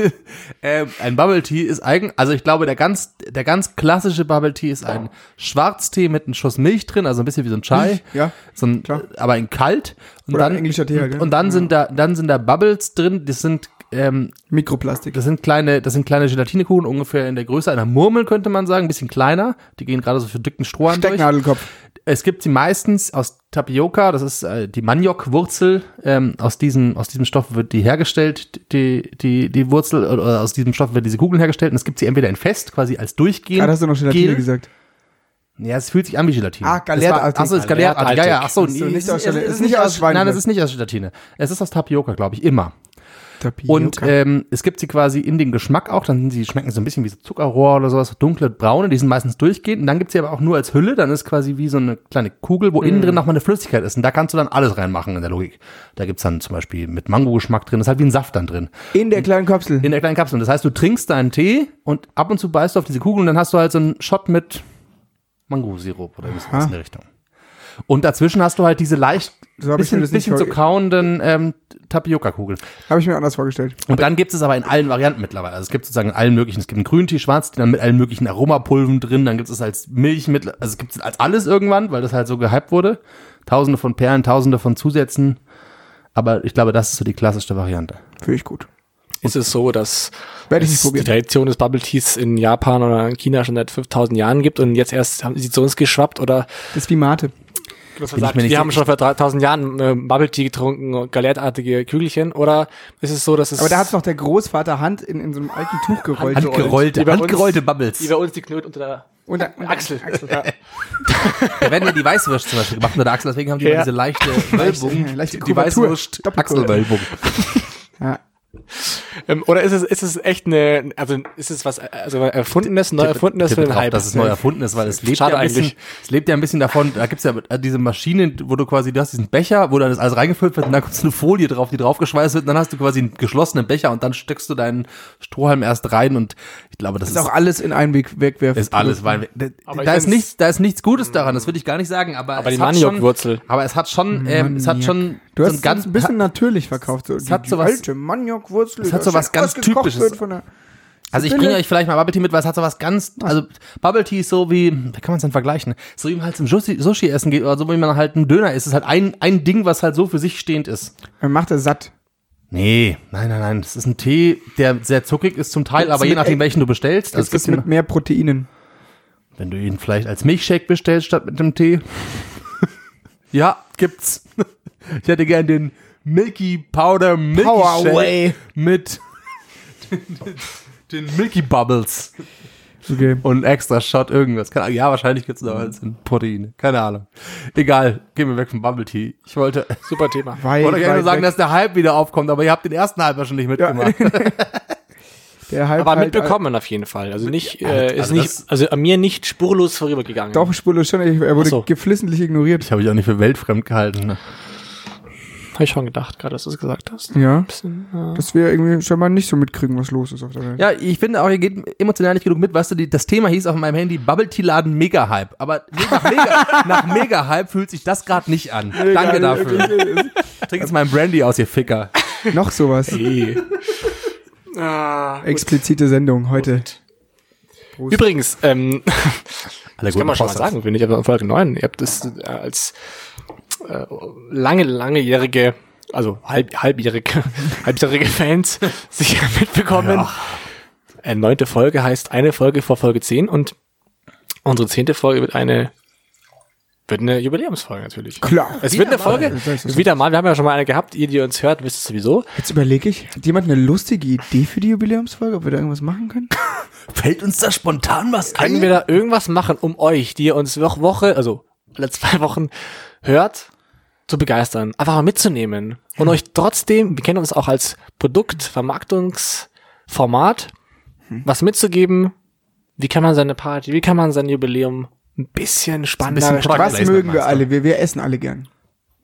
Speaker 4: ähm, ein Bubble Tea ist eigentlich, also ich glaube, der ganz, der ganz klassische Bubble Tea ist ein Schwarztee mit einem Schuss Milch drin, also ein bisschen wie so ein Chai.
Speaker 3: Ja,
Speaker 4: so ein,
Speaker 3: klar.
Speaker 4: aber in kalt. Und
Speaker 3: Oder
Speaker 4: dann,
Speaker 3: ein englischer Tee halt, ja.
Speaker 4: Und dann
Speaker 3: Ja.
Speaker 4: sind da, dann sind da Bubbles drin, das sind, ähm,
Speaker 3: Mikroplastik.
Speaker 4: das sind kleine, das sind kleine Gelatinekugeln, ungefähr in der Größe einer Murmel, könnte man sagen, ein bisschen kleiner. Die gehen gerade so für dicken Strohhalm durch.
Speaker 3: Stecknadelkopf.
Speaker 4: Es gibt sie meistens aus Tapioca, das ist äh, die Maniokwurzel. Ähm, aus diesem aus diesem Stoff wird die hergestellt, die die die Wurzel, oder aus diesem Stoff wird diese Kugeln hergestellt. Und es gibt sie entweder in fest, quasi als durchgehend.
Speaker 3: Gerade hast du noch Gelatine
Speaker 4: Gel.
Speaker 3: gesagt.
Speaker 4: Ja, es fühlt sich an wie Gelatine.
Speaker 3: Ah, galertartig.
Speaker 4: Achso, ist galertartig. Ja, ja, achso.
Speaker 3: Ach so, nicht
Speaker 4: es
Speaker 3: aus
Speaker 4: ist-
Speaker 3: Gelat-
Speaker 4: es
Speaker 3: ist nicht aus Schweinefleisch.
Speaker 4: Nein, es ist nicht aus Gelatine. Es ist aus Tapioca, glaube ich, immer.
Speaker 3: Tapioca.
Speaker 4: Und ähm, es gibt sie quasi in den Geschmack auch, dann sind sie, schmecken so ein bisschen wie so Zuckerrohr oder sowas, dunkle, braune, die sind meistens durchgehend. Und dann gibt es sie aber auch nur als Hülle, dann ist quasi wie so eine kleine Kugel, wo innen drin nochmal eine Flüssigkeit ist. Und da kannst du dann alles reinmachen in der Logik. Da gibt's dann zum Beispiel mit Mango-Geschmack drin, das ist halt wie ein Saft dann drin.
Speaker 3: in der kleinen Kapsel.
Speaker 4: In der kleinen Kapsel. Und das heißt, du trinkst deinen Tee und ab und zu beißt du auf diese Kugel und dann hast du halt so einen Shot mit Mango-Sirup oder irgendwas
Speaker 3: Aha.
Speaker 4: in der Richtung. Und dazwischen hast du halt diese leicht,
Speaker 3: So hab ich mir
Speaker 4: bisschen,
Speaker 3: das nicht
Speaker 4: bisschen zu
Speaker 3: vor-
Speaker 4: kauenden ähm, Tapioca-Kugeln.
Speaker 3: Habe ich mir anders vorgestellt.
Speaker 4: Und dann gibt es aber in allen Varianten mittlerweile. Also es gibt sozusagen in allen möglichen. Es gibt einen Grüntee, Schwarztee, dann mit allen möglichen Aromapulven drin. Dann gibt es als Milch mit, also es gibt es als alles irgendwann, weil das halt so gehypt wurde. Tausende von Perlen, Tausende von Zusätzen. Aber ich glaube, das ist so die klassischste Variante.
Speaker 3: Finde ich gut.
Speaker 2: Ist es so, dass
Speaker 3: Werde ich nicht
Speaker 2: es die
Speaker 3: probieren.
Speaker 2: Tradition des Bubble Teas in Japan oder in China schon seit fünftausend Jahren gibt und jetzt erst haben sie zu uns geschwappt oder
Speaker 3: Das ist wie Mate.
Speaker 2: was
Speaker 4: Bin ich
Speaker 2: sagt,
Speaker 4: mir nicht
Speaker 2: wir haben
Speaker 4: sicher.
Speaker 2: schon vor dreitausend Jahren äh, Bubble Tea getrunken, galertartige Kügelchen oder ist es so, dass es
Speaker 3: Aber da hat noch der Großvater Hand in, in so einem alten Tuch gerollt.
Speaker 4: Handgerollte,
Speaker 2: Wie bei uns-
Speaker 4: handgerollte Bubbles.
Speaker 2: wie bei uns die Knöt unter der
Speaker 3: Und der, und
Speaker 2: Achsel. Ja.
Speaker 4: Da werden ja die Weißwurst zum Beispiel gemacht unter der Achsel, deswegen haben die
Speaker 2: Ja.
Speaker 4: immer diese leichte Wölbung.
Speaker 3: leichte
Speaker 4: die
Speaker 3: Kubatur.
Speaker 4: Weißwurst,
Speaker 3: Doppelkurve.
Speaker 4: Achselwölbung.
Speaker 3: Ja.
Speaker 2: Ähm, oder ist es, ist es echt eine, also ist es was, also erfundenes, neu erfundenes für
Speaker 4: Tippe
Speaker 2: den
Speaker 4: drauf,
Speaker 2: Hype?
Speaker 4: dass es neu erfunden ist, weil es lebt
Speaker 2: Schade
Speaker 4: ja ein bisschen,
Speaker 2: eigentlich.
Speaker 4: es lebt ja ein bisschen davon, da gibt's ja diese Maschinen, wo du quasi, du hast diesen Becher, wo dann das alles reingefüllt wird und da kommt so eine Folie drauf, die draufgeschweißt wird und dann hast du quasi einen geschlossenen Becher und dann steckst du deinen Strohhalm erst rein und ich glaube, das
Speaker 3: Ist
Speaker 4: ist,
Speaker 3: auch alles in einen Weg wegwerfen.
Speaker 4: ist alles, weil da,
Speaker 2: Aber ich
Speaker 4: da ist
Speaker 2: find's-
Speaker 4: nichts, da ist nichts Gutes daran, das würde ich gar nicht sagen, aber,
Speaker 2: Aber
Speaker 4: es
Speaker 2: die
Speaker 4: hat schon,
Speaker 2: Maniokwurzel.
Speaker 4: aber es hat schon, ähm, es hat schon
Speaker 3: Du
Speaker 4: so
Speaker 3: hast
Speaker 4: ein ganz,
Speaker 3: ein bisschen natürlich verkauft. So, die,
Speaker 4: hat
Speaker 3: die
Speaker 4: sowas-
Speaker 3: alte Maniokwurzel.
Speaker 4: es hat
Speaker 3: die
Speaker 4: sowas
Speaker 3: schön
Speaker 4: ganz
Speaker 3: ausgekocht
Speaker 4: Typisches.
Speaker 3: wird von der-
Speaker 4: Also ich
Speaker 3: Sibylle.
Speaker 4: bringe euch vielleicht mal Bubble Tea mit, weil es hat so was ganz, also Bubble Tea ist so wie, wie kann man es denn vergleichen? So wie man halt zum Sushi, Sushi essen geht oder so wie man halt einen Döner isst. Es ist halt ein, ein Ding, was halt so für sich stehend ist.
Speaker 3: Man macht er satt.
Speaker 4: Nee, nein, nein, nein. Das ist ein Tee, der sehr zuckrig ist zum Teil,
Speaker 3: Gibt's
Speaker 4: aber je
Speaker 3: mit
Speaker 4: nachdem,
Speaker 3: Egg-
Speaker 4: welchen du bestellst. Also
Speaker 3: Das gibt mit mehr Proteinen.
Speaker 4: wenn du ihn vielleicht als Milchshake bestellst statt mit dem Tee. Ja, gibt's. Ich hätte gern den Milky Powder Milky
Speaker 3: Power
Speaker 4: Shake
Speaker 3: Whey.
Speaker 4: mit den Milky Bubbles.
Speaker 3: Okay.
Speaker 4: Und ein extra Shot irgendwas. Keine Ahnung. Ja, wahrscheinlich gibt's noch als in Proteine. Keine Ahnung. Egal. Gehen wir weg vom Bubble Tea. Ich wollte,
Speaker 2: Super Thema.
Speaker 3: Weit,
Speaker 4: wollte euch
Speaker 3: weit
Speaker 4: nur sagen,
Speaker 3: weg.
Speaker 4: dass der Hype wieder aufkommt, aber ihr habt den ersten Hype ja schon nicht mitgemacht.
Speaker 3: Der Hype
Speaker 2: Aber
Speaker 3: halt,
Speaker 2: mitbekommen auf jeden Fall. Also nicht, äh,
Speaker 4: also
Speaker 2: ist nicht,
Speaker 4: das-
Speaker 2: also an mir nicht spurlos vorübergegangen.
Speaker 3: Doch, spurlos schon. Er wurde
Speaker 2: Ach so.
Speaker 3: geflissentlich ignoriert.
Speaker 4: Ich habe ich auch nicht für weltfremd gehalten. Ne?
Speaker 2: Habe ich schon gedacht, gerade, dass du es gesagt hast.
Speaker 3: Ja.
Speaker 2: Bisschen, äh,
Speaker 3: Dass wir irgendwie schon mal nicht so mitkriegen, was los ist auf der Welt.
Speaker 4: Ja, ich finde auch, ihr geht emotional nicht genug mit. Weißt du, die, das Thema hieß auf meinem Handy Bubble Tea Laden Mega Hype. Aber nach Mega, nach Mega Hype fühlt sich das gerade nicht an. Danke dafür. Trink jetzt mal ein Brandy aus, ihr Ficker.
Speaker 3: Noch sowas.
Speaker 2: eh. ah, gut.
Speaker 3: Explizite Sendung heute.
Speaker 2: Übrigens, ähm,
Speaker 4: Alle
Speaker 2: das kann man schon mal sagen, finde ich, aber in Folge neun. Ihr habt das äh, als äh, lange, langjährige, also halb, halbjährige, halbjährige Fans sicher mitbekommen.
Speaker 4: Ja.
Speaker 2: Äh, neunte Folge heißt eine Folge vor Folge zehn und unsere zehnte Folge wird eine wird eine Jubiläumsfolge natürlich.
Speaker 3: Klar.
Speaker 2: Es wird eine Folge,
Speaker 3: Das heißt, das-
Speaker 2: wieder mal, wir haben ja schon mal eine gehabt, ihr, die uns hört, wisst es sowieso.
Speaker 3: Jetzt überlege ich, hat jemand eine lustige Idee für die Jubiläumsfolge, ob wir da irgendwas machen können?
Speaker 4: Fällt uns da spontan was
Speaker 2: Können wir da irgendwas machen, um euch, die ihr uns Wo- Woche, also alle zwei Wochen hört, zu begeistern, einfach mal mitzunehmen und euch trotzdem, wir kennen uns auch als Produkt, Vermarktungsformat, was mitzugeben, wie kann man seine Party, wie kann man sein Jubiläum ein bisschen spannender
Speaker 4: bisschen
Speaker 2: gestalten.
Speaker 3: Was
Speaker 4: Placement
Speaker 3: mögen wir
Speaker 4: meinst du?
Speaker 3: alle? Wir, wir essen alle gern.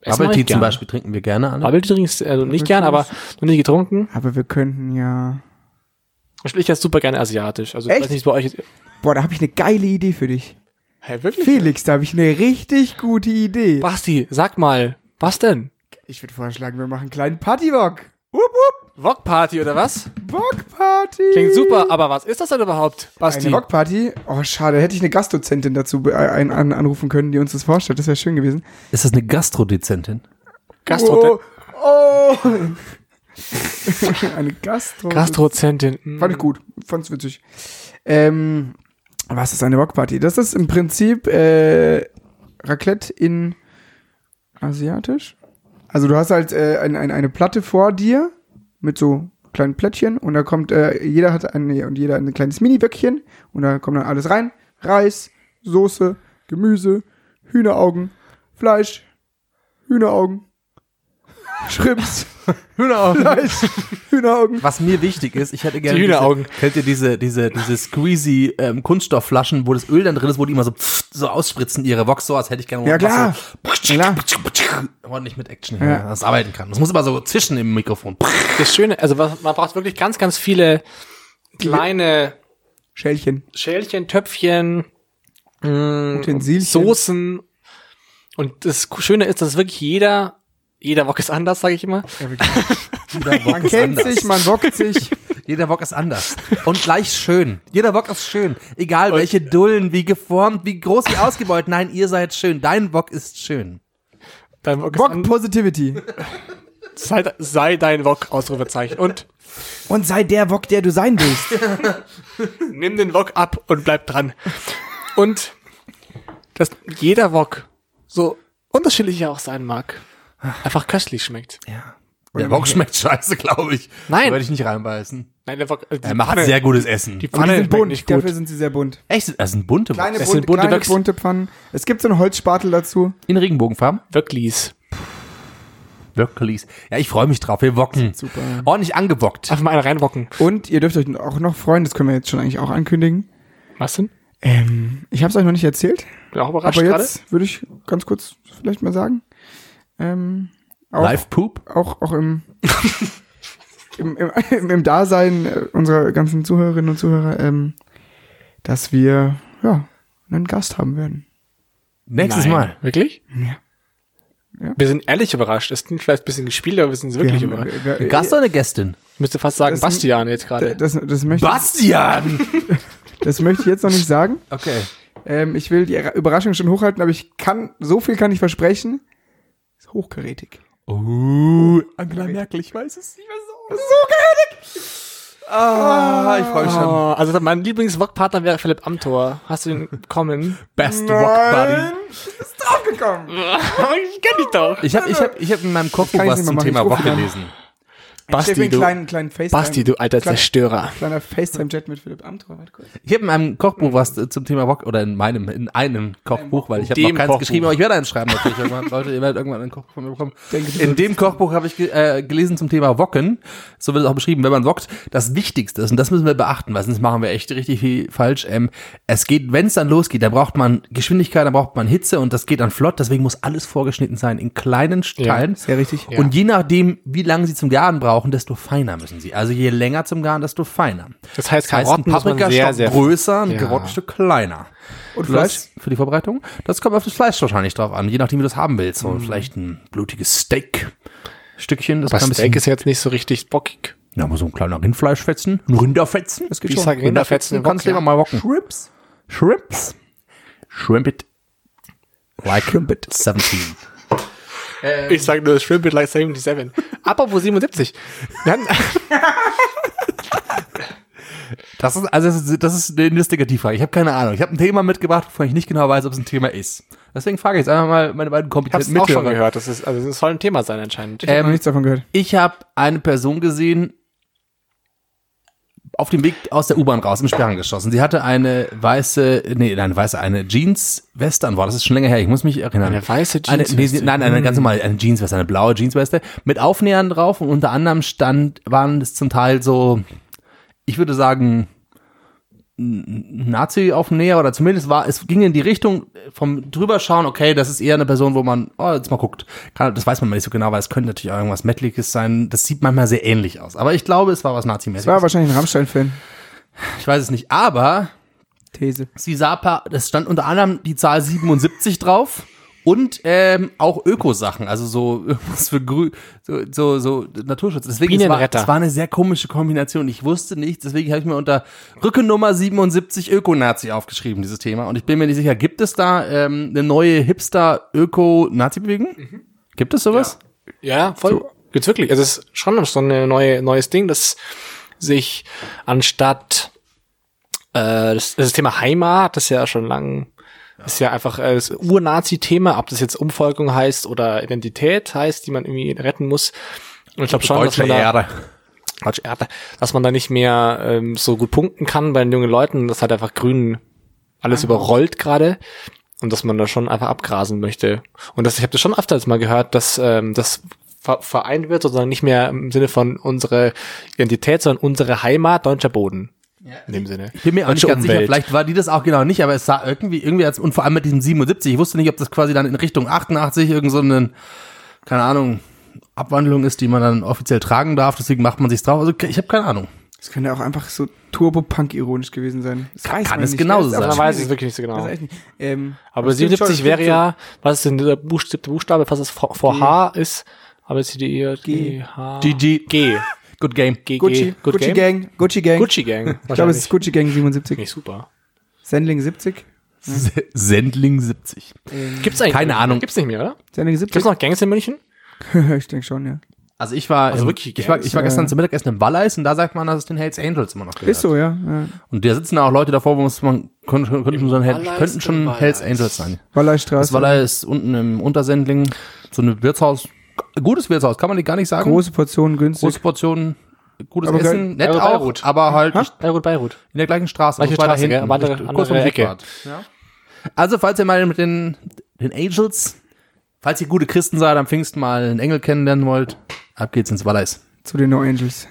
Speaker 2: Essen
Speaker 4: Bubble
Speaker 2: mach
Speaker 4: Tea
Speaker 2: ich
Speaker 4: zum
Speaker 2: gern.
Speaker 4: Beispiel trinken wir gerne alle.
Speaker 2: Bubble Tea trinkst also nicht gern, aber noch nie getrunken.
Speaker 3: Aber wir könnten ja...
Speaker 2: Ich esse super gerne asiatisch. Also ich
Speaker 3: Echt?
Speaker 2: weiß nicht, bei euch ist.
Speaker 3: Boah, da habe ich eine geile Idee für dich.
Speaker 2: Hä, wirklich?
Speaker 3: Felix, da habe ich eine richtig gute Idee.
Speaker 2: Basti, sag mal, was denn?
Speaker 3: Ich würde vorschlagen, wir machen einen kleinen Partywalk. Wupp, wupp.
Speaker 2: Wok-Party oder was?
Speaker 3: Wok-Party.
Speaker 2: Klingt super, aber was ist das denn überhaupt, Basti?
Speaker 3: Eine Wok-Party? Oh, schade. Hätte ich eine Gastdozentin dazu be- ein, an, anrufen können, die uns das vorstellt. Das wäre schön gewesen.
Speaker 4: Ist das eine Gastrodezentin?
Speaker 2: Gastro
Speaker 3: Oh. oh. Eine Gastro.
Speaker 2: Gastrozentin. Mm.
Speaker 3: Fand ich gut. Fand's witzig. Ähm, was ist eine Wok-Party? Das ist im Prinzip äh, Raclette in asiatisch. Also du hast halt äh, ein, ein, eine Platte vor dir mit so kleinen Plättchen und da kommt, äh, jeder hat eine, und jeder ein kleines Mini-Böckchen und da kommt dann alles rein. Reis, Soße, Gemüse, Hühneraugen, Fleisch, Hühneraugen, Shrimps,
Speaker 4: Hühneraugen.
Speaker 3: Fleisch, Hühneraugen.
Speaker 4: Was mir wichtig ist, ich hätte gerne
Speaker 2: Die Hühneraugen.
Speaker 4: Diese, kennt ihr diese, diese, diese squeezy ähm, Kunststoffflaschen, wo das Öl dann drin ist, wo die immer so, pff, so ausspritzen, ihre Vox, sowas hätte ich gerne.
Speaker 3: Ja, klar.
Speaker 4: So,
Speaker 3: Klar.
Speaker 4: ordentlich mit Action,
Speaker 3: Ja.
Speaker 4: ja. das arbeiten kann. Das muss immer so zischen im Mikrofon.
Speaker 2: Das Schöne, also was, man braucht wirklich ganz, ganz viele kleine
Speaker 3: Schälchen.
Speaker 2: Schälchen, Töpfchen, mh,
Speaker 3: Utensilchen.
Speaker 2: Soßen. Und das Schöne ist, dass wirklich jeder, jeder Wok ist anders, sage ich immer.
Speaker 4: Jeder Wok
Speaker 3: Man
Speaker 4: ist
Speaker 3: kennt
Speaker 4: anders.
Speaker 3: sich, man wockt sich.
Speaker 4: Jeder Wok ist anders. Und gleich schön. Jeder Wok ist schön. Egal welche Dullen, wie geformt, wie groß, wie ausgebeult. Nein, ihr seid schön. Dein Wok ist schön.
Speaker 2: Dein Wok ist
Speaker 3: Wok
Speaker 2: an,
Speaker 3: Positivity.
Speaker 2: sei, sei dein Wok, Ausrufezeichen. Und
Speaker 3: Und sei der Wok, der du sein willst.
Speaker 2: nimm den Wok ab und bleib dran. Und dass jeder Wok, so unterschiedlich er auch sein mag, einfach köstlich schmeckt.
Speaker 4: Ja. Der Wok schmeckt scheiße, glaube ich.
Speaker 2: Nein.
Speaker 4: Da würde ich nicht reinbeißen.
Speaker 2: Nein, der Wok, also die
Speaker 4: Er macht
Speaker 2: Pfanne-
Speaker 4: sehr gutes Essen.
Speaker 2: Die
Speaker 3: Aber die
Speaker 2: Pfanne
Speaker 3: sind
Speaker 2: schmeckt
Speaker 3: bunt.
Speaker 2: nicht gut.
Speaker 3: Dafür sind sie sehr bunt.
Speaker 4: Echt? Das sind bunte
Speaker 3: Kleine,
Speaker 4: Woks.
Speaker 2: Das
Speaker 3: bunte,
Speaker 2: sind bunte
Speaker 3: kleine
Speaker 2: Wöcks.
Speaker 3: bunte Pfannen. Es gibt so einen Holzspatel dazu.
Speaker 4: In Regenbogenfarben.
Speaker 2: Wirklich.
Speaker 4: Wirklich. Ja, ich freue mich drauf. Wir wocken.
Speaker 3: Super.
Speaker 4: Ordentlich angewockt.
Speaker 2: Einfach mal einen reinwocken.
Speaker 3: Und ihr dürft euch auch noch freuen, das können wir jetzt schon eigentlich auch ankündigen.
Speaker 2: Was denn?
Speaker 3: Ähm, ich habe es euch noch nicht erzählt,
Speaker 2: Bin auch überrascht
Speaker 3: aber
Speaker 2: gerade.
Speaker 3: jetzt würde ich ganz kurz vielleicht mal sagen. Ähm, auch,
Speaker 4: Live Poop.
Speaker 3: auch, auch im, im, im, im, im Dasein äh, unserer ganzen Zuhörerinnen und Zuhörer, ähm, dass wir ja einen Gast haben werden.
Speaker 4: Nächstes
Speaker 2: Nein.
Speaker 4: Mal.
Speaker 2: Wirklich?
Speaker 3: Ja. Ja.
Speaker 2: Wir sind ehrlich überrascht. Es klingt vielleicht ein bisschen gespielt, aber wir sind wirklich
Speaker 3: Wir
Speaker 2: überrascht.
Speaker 3: haben- wir-
Speaker 4: Ein Gast oder eine Gästin?
Speaker 2: Ich müsste fast sagen,
Speaker 3: Das-
Speaker 2: Bastian jetzt gerade.
Speaker 3: Das, das, möchte,
Speaker 4: Bastian!
Speaker 3: das möchte ich jetzt noch nicht sagen.
Speaker 4: Okay.
Speaker 3: Ähm, ich will die Überraschung schon hochhalten, aber ich kann, so viel kann ich versprechen. Ist hochkarätig.
Speaker 4: Uh, Angela Merkel, ich weiß es nicht mehr so. So karätig! Ah, ich freue mich schon.
Speaker 2: Oh, also mein Lieblings-Wok-Partner wäre Philipp Amthor. Hast du den bekommen?
Speaker 4: Best Wok Buddy.
Speaker 3: Ist draufgekommen.
Speaker 2: ich kenn dich doch.
Speaker 4: Ich habe ich hab, ich hab in meinem Kochbuch
Speaker 3: kann ich
Speaker 4: was
Speaker 3: nicht
Speaker 4: zum
Speaker 3: mehr
Speaker 4: Thema
Speaker 3: machen. Ich
Speaker 4: Wok
Speaker 3: rufe ihn an.
Speaker 4: gelesen.
Speaker 2: Basti,
Speaker 3: Ich einen
Speaker 2: du,
Speaker 3: kleinen, kleinen FaceTime.
Speaker 2: Basti, du alter
Speaker 3: Klein-
Speaker 2: Zerstörer.
Speaker 3: Kleiner FaceTime-Chat mit Philipp Amthor. Warte kurz.
Speaker 4: Ich habe in meinem Kochbuch was äh, zum Thema Wok, oder in meinem, in einem Kochbuch, weil ich habe
Speaker 2: Dem
Speaker 4: noch keins
Speaker 2: Kochbuch.
Speaker 4: geschrieben, aber ich werde eins schreiben natürlich irgendwann. Leute, ihr werdet irgendwann ein Kochbuch von mir bekommen.
Speaker 3: Denke, du
Speaker 4: In dem Kochbuch habe ich ge äh, gelesen zum Thema Wokken, so wird es auch beschrieben, wenn man wokkt, das Wichtigste ist, und das müssen wir beachten, weil sonst machen wir echt richtig viel falsch, ähm, es geht, wenn es dann losgeht, dann braucht man Geschwindigkeit, dann braucht man Hitze und das geht dann flott, deswegen muss alles vorgeschnitten sein in kleinen Teilen.
Speaker 3: Sehr richtig.
Speaker 2: Ja.
Speaker 4: Und je nachdem, wie lange sie zum Garen brauchen, desto feiner müssen sie. Also je länger zum Garen, desto feiner.
Speaker 2: Das heißt,
Speaker 4: Das heißt, ein
Speaker 2: Karotten muss man sehr,
Speaker 4: Paprikastock
Speaker 2: sehr...
Speaker 4: größer, ein
Speaker 2: Ja.
Speaker 4: Karottenstück kleiner.
Speaker 3: Und
Speaker 4: Plus
Speaker 3: Fleisch?
Speaker 4: für die Vorbereitung. Das kommt auf das Fleisch wahrscheinlich drauf an, je nachdem, wie du es haben willst. So vielleicht ein blutiges Steak-Stückchen. Das
Speaker 2: Aber
Speaker 4: kann ein
Speaker 2: Steak
Speaker 4: bisschen,
Speaker 2: ist jetzt nicht so richtig bockig.
Speaker 4: ja, aber so ein kleiner Rindfleischfetzen, ein Rinderfetzen. Das
Speaker 3: geht
Speaker 2: Ich
Speaker 3: schon.
Speaker 2: sage Rinderfetzen im
Speaker 4: kannst
Speaker 2: Wok,
Speaker 4: du
Speaker 2: ja.
Speaker 4: mal wocken.
Speaker 3: Shrimps?
Speaker 4: Shrimps. Shrimp it. Like Shrimp it. siebzehn.
Speaker 2: Ich sage nur Shrimp it like siebenundsiebzig. Apropos siebenundsiebzig. Wir hatten,
Speaker 4: Das ist, also, das ist, das ist eine Investigativfrage. Ich habe keine Ahnung. Ich habe ein Thema mitgebracht, wovon ich nicht genau weiß, ob es ein Thema ist. Deswegen frage ich jetzt einfach mal meine beiden
Speaker 2: ich habe
Speaker 4: kompetenten
Speaker 2: es auch schon
Speaker 4: Mithörer.
Speaker 2: gehört. Das ist, also das soll ein Thema sein anscheinend.
Speaker 3: Ich habe
Speaker 4: Ähm,
Speaker 3: noch nichts davon gehört.
Speaker 4: Ich habe eine Person gesehen, auf dem Weg aus der U-Bahn raus, im Sperren geschossen. Sie hatte eine weiße, nee, eine weiße, eine Jeans-Weste an. Boah, das ist schon länger her, ich muss mich erinnern.
Speaker 2: Eine weiße
Speaker 4: Eine, nee,
Speaker 2: Jeansweste.
Speaker 4: nein, eine ganz normale, eine Jeansweste, eine blaue Jeansweste mit Aufnähern drauf und unter anderem stand, waren es zum Teil so, ich würde sagen, ein Nazi-Aufnäher oder zumindest war, es ging in die Richtung vom drüberschauen, okay, das ist eher eine Person, wo man, oh, jetzt mal guckt. Kann, das weiß man mal nicht so genau, weil es könnte natürlich auch irgendwas Mettliges sein. Das sieht manchmal sehr ähnlich aus. Aber ich glaube, es war was Nazimäßiges.
Speaker 3: Das war wahrscheinlich ein Rammstein-Fan.
Speaker 4: Ich weiß es nicht, aber
Speaker 3: These.
Speaker 4: sie sah, pa- es stand unter anderem die Zahl siebenundsiebzig drauf. Und ähm, auch Ökosachen, also so was für Grü so, so, so Naturschutz. Deswegen es war,
Speaker 2: Bienenretter.
Speaker 4: es war eine sehr komische Kombination. Ich wusste nichts, deswegen habe ich mir unter Rückennummer siebenundsiebzig Öko-Nazi aufgeschrieben, dieses Thema. Und ich bin mir nicht sicher, gibt es da ähm, eine neue Hipster-Öko-Nazi-Bewegung? Mhm. Gibt es sowas?
Speaker 2: Ja, ja voll. So. Gibt's wirklich. Also es ist schon so ein neue, neues Ding, das sich anstatt äh, das, das Thema Heimat, das ja schon lang ist ja einfach äh, das Ur-Nazi-Thema, ob das jetzt Umvolkung heißt oder Identität heißt, die man irgendwie retten muss. Und ich glaube schon, dass man da,
Speaker 4: Erde.
Speaker 2: Deutsche Erde, dass man da nicht mehr ähm, so gut punkten kann bei den jungen Leuten, dass halt einfach Grün alles überrollt gerade und dass man da schon einfach abgrasen möchte. Und das, ich habe das schon öfters mal gehört, dass ähm, das ver- vereint wird, sozusagen nicht mehr im Sinne von unsere Identität, sondern unsere Heimat, deutscher Boden. Ja. In dem Sinne.
Speaker 4: Ich bin mir auch nicht ganz sicher, vielleicht war die das auch genau nicht, aber es sah irgendwie, irgendwie als, und vor allem mit diesem siebenundsiebzig, ich wusste nicht, ob das quasi dann in Richtung achtundachtzig irgend so eine, keine Ahnung, Abwandlung ist, die man dann offiziell tragen darf, deswegen macht man sich's drauf, also ich habe keine Ahnung.
Speaker 3: Das könnte auch einfach so Turbo-Punk-ironisch gewesen sein. Das
Speaker 4: Kann,
Speaker 3: weiß
Speaker 4: kann
Speaker 3: man
Speaker 4: es
Speaker 3: nicht.
Speaker 4: genauso
Speaker 3: Das ist
Speaker 4: sein.
Speaker 3: aber
Speaker 2: Man weiß
Speaker 3: schwierig.
Speaker 2: es wirklich nicht so genau.
Speaker 3: Das weiß ich nicht. Ähm,
Speaker 2: Aber
Speaker 3: das stimmt
Speaker 2: siebenundsiebzig
Speaker 3: schon,
Speaker 2: wäre
Speaker 3: das
Speaker 2: ja, was ist denn der Buchstabe, Buchstabe, was es vor, vor
Speaker 3: G.
Speaker 2: H ist, aber jetzt die
Speaker 3: G.
Speaker 2: G, H,
Speaker 4: G G.
Speaker 2: G.
Speaker 4: Good game.
Speaker 2: G,
Speaker 3: Gucci,
Speaker 2: G. Good
Speaker 3: Gucci
Speaker 2: Game?
Speaker 3: Gang, Gucci Gang.
Speaker 2: Gucci Gang.
Speaker 3: Ich glaube, es ist Gucci Gang siebenundsiebzig.
Speaker 2: Nicht super.
Speaker 3: Sendling siebzig.
Speaker 4: S- Sendling siebzig.
Speaker 2: Gibt's eigentlich?
Speaker 4: Keine Ahnung.
Speaker 2: Gibt's nicht mehr, oder?
Speaker 3: Sendling
Speaker 2: Gibt's
Speaker 3: siebzig.
Speaker 2: noch Gangs in München?
Speaker 3: Ich denke schon, ja.
Speaker 4: Also ich war,
Speaker 2: Also
Speaker 4: im-
Speaker 2: wirklich
Speaker 4: ich war,
Speaker 2: Gangs?
Speaker 4: ich war gestern
Speaker 3: Ja.
Speaker 4: zum Mittagessen im Walleis und da sagt man, dass es den Hells Angels immer noch gehört.
Speaker 3: Ist so, ja. ja.
Speaker 4: Und da sitzen auch Leute davor, wo es man könnten, könnten, schon, so ein Hel-
Speaker 2: Walleis
Speaker 4: könnten schon
Speaker 2: und
Speaker 4: Hells
Speaker 2: Walleis.
Speaker 4: Angels sein.
Speaker 3: Walleistraße.
Speaker 4: Das Walleis ist unten im Untersendling, so ein Wirtshaus, gutes Wirtshaus, kann man nicht gar nicht sagen.
Speaker 3: Große Portionen, günstig.
Speaker 4: Große Portionen, gutes
Speaker 3: Aber geil.
Speaker 4: Essen, nett
Speaker 2: Beirut,
Speaker 4: auch,
Speaker 2: Beirut.
Speaker 4: aber halt
Speaker 3: Ha?
Speaker 2: Beirut, Beirut.
Speaker 4: in der gleichen Straße.
Speaker 2: Gleiche
Speaker 4: bloß weiter
Speaker 2: Straße, gell?
Speaker 4: hinten,
Speaker 2: Andere-
Speaker 4: Richtung-
Speaker 2: andere
Speaker 4: kurz um die
Speaker 2: Ecke.
Speaker 4: Fahrt. Ja. Also, falls ihr mal mit den, den Angels, falls ihr gute Christen seid, am Pfingsten mal einen Engel kennenlernen wollt, ab geht's ins Walleis.
Speaker 3: Zu den No Angels.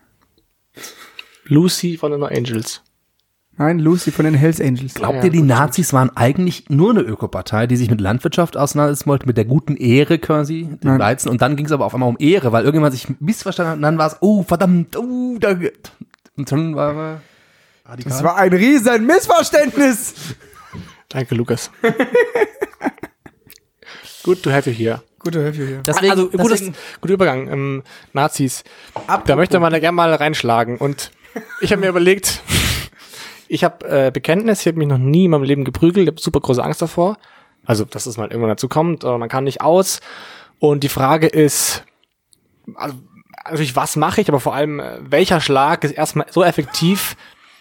Speaker 2: Lucy von den No Angels.
Speaker 3: Nein, Lucy von den Hells Angels.
Speaker 4: Glaubt
Speaker 2: Ja,
Speaker 4: ihr, die
Speaker 2: gut,
Speaker 4: Nazis waren eigentlich nur eine Ökopartei, die sich mit Landwirtschaft auseinandersetzen wollte, mit der guten Ehre quasi, den
Speaker 3: Nein.
Speaker 4: Weizen, und dann ging es aber auf einmal um Ehre, weil irgendjemand sich missverstanden hat und dann war es, oh verdammt, oh, da, und dann war er radikal.
Speaker 3: Das war ein riesen Missverständnis.
Speaker 2: Danke, Lukas. Good to have you here.
Speaker 3: Gute Hilfe hier.
Speaker 4: Deswegen,
Speaker 2: also, gutes,
Speaker 4: deswegen,
Speaker 2: guter Übergang. Ähm, Nazis.
Speaker 3: Apropos.
Speaker 2: Da möchte man da gerne mal reinschlagen. Und ich habe mir überlegt, ich habe äh, Bekenntnis, ich habe mich noch nie in meinem Leben geprügelt, ich habe super große Angst davor. Also, dass es mal irgendwann dazu kommt, oder man kann nicht aus. Und die Frage ist, also, natürlich, was mache ich, aber vor allem, äh, welcher Schlag ist erstmal so effektiv,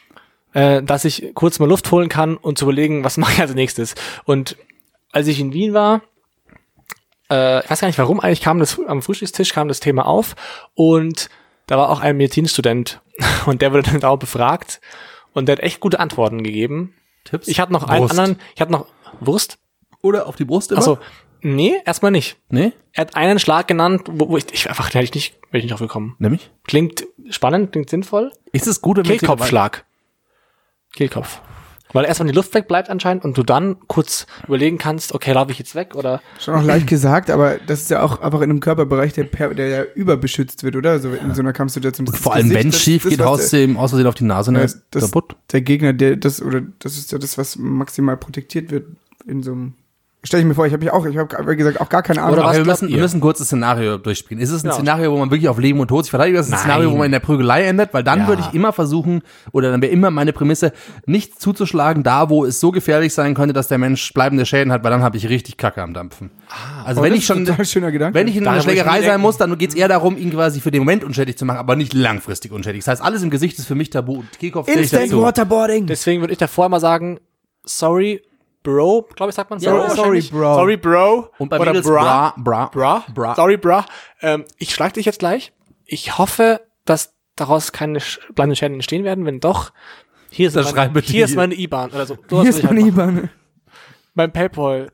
Speaker 2: äh, dass ich kurz mal Luft holen kann und zu überlegen, was mache ich als nächstes. Und als ich in Wien war, äh, ich weiß gar nicht warum, eigentlich kam das, am Frühstückstisch kam das Thema auf und da war auch ein Medizinstudent und der wurde dann auch befragt und der hat echt gute Antworten gegeben.
Speaker 4: Tipps?
Speaker 2: Ich hatte noch einen
Speaker 4: Wurst.
Speaker 2: anderen, ich hatte noch Wurst.
Speaker 4: Oder auf die Brust immer?
Speaker 2: Achso, nee, erstmal nicht.
Speaker 4: Nee,
Speaker 2: Er hat einen Schlag genannt, wo, wo ich, ich einfach, da hätte ich nicht, wäre ich nicht drauf gekommen.
Speaker 4: nämlich?
Speaker 2: Klingt spannend, klingt sinnvoll.
Speaker 4: Ist es gut, wenn wir jetzt hier-
Speaker 2: Kehlkopfschlag. Kehlkopf. Weil erstmal die Luft weg bleibt anscheinend und du dann kurz überlegen kannst, okay, laufe ich jetzt weg oder
Speaker 3: Schon auch leicht gesagt, aber das ist ja auch einfach in einem Körperbereich, der, per, der ja überbeschützt wird, oder? So in so einer Kampfsituation. Das
Speaker 4: Vor allem,
Speaker 3: Gesicht,
Speaker 4: wenn es
Speaker 3: das-
Speaker 4: schief
Speaker 3: das,
Speaker 4: geht,
Speaker 3: was
Speaker 4: haust
Speaker 3: der-
Speaker 4: du ihm aus Versehen auf die Nase,
Speaker 3: Ja,
Speaker 4: ne? Ist
Speaker 3: das-
Speaker 4: kaputt.
Speaker 3: Der Gegner, der das, oder das ist ja das, was maximal protektiert wird in so einem. Stell ich mir vor, ich habe mich auch, ich habe wie gesagt auch gar keine Ahnung.
Speaker 2: Oder
Speaker 4: Aber
Speaker 2: was
Speaker 4: wir
Speaker 2: glaubt
Speaker 4: müssen, wir
Speaker 2: ihr?
Speaker 4: müssen kurz das Szenario durchspielen. Ist es ein
Speaker 2: Ja.
Speaker 4: Szenario, wo man wirklich auf Leben und Tod sich verteidigt? Oder ist es ein
Speaker 2: Nein.
Speaker 4: Szenario, wo man in der Prügelei endet? Weil dann
Speaker 2: Ja.
Speaker 4: würde ich immer versuchen, oder dann wäre immer meine Prämisse, nicht zuzuschlagen, da wo es so gefährlich sein könnte, dass der Mensch bleibende Schäden hat, weil dann habe ich richtig Kacke am Dampfen. also
Speaker 3: Oh,
Speaker 4: wenn
Speaker 3: das
Speaker 4: ich
Speaker 3: ist
Speaker 4: schon,
Speaker 3: ein total schöner Gedanke.
Speaker 4: wenn ich in
Speaker 2: Daran
Speaker 4: einer
Speaker 2: wollte ich
Speaker 4: Schlägerei
Speaker 2: nie
Speaker 4: sein
Speaker 2: denken.
Speaker 4: muss, dann geht es eher darum, ihn quasi für den Moment unschädlich zu machen, aber nicht langfristig unschädlich. Das heißt, alles im Gesicht ist für mich tabu. Und Kehlkopf zähle ich
Speaker 3: Instant
Speaker 4: dazu.
Speaker 3: Waterboarding.
Speaker 2: deswegen würde ich davor mal sagen, sorry, Bro, glaube ich, sagt man.
Speaker 4: Ja,
Speaker 2: sorry,
Speaker 4: sorry,
Speaker 2: wahrscheinlich.
Speaker 3: Bro.
Speaker 2: Sorry, Bro.
Speaker 4: Und bei
Speaker 2: Oder
Speaker 4: Mädels
Speaker 2: bra.
Speaker 4: bra, bra,
Speaker 2: Bra.
Speaker 4: bra.
Speaker 2: Sorry, bra. Ähm, ich schlag dich jetzt gleich. Ich hoffe, dass daraus keine sch- bleibenden Schäden entstehen werden. Wenn doch, hier ist,
Speaker 4: Dann
Speaker 2: meine,
Speaker 4: schreib bitte
Speaker 2: hier ist
Speaker 4: hier.
Speaker 2: meine I-Bahn. Oder so. Sowas
Speaker 3: Hier
Speaker 2: will
Speaker 3: ist
Speaker 2: ich halt
Speaker 3: meine
Speaker 2: machen.
Speaker 3: I-Bahn.
Speaker 2: Mein Paypal.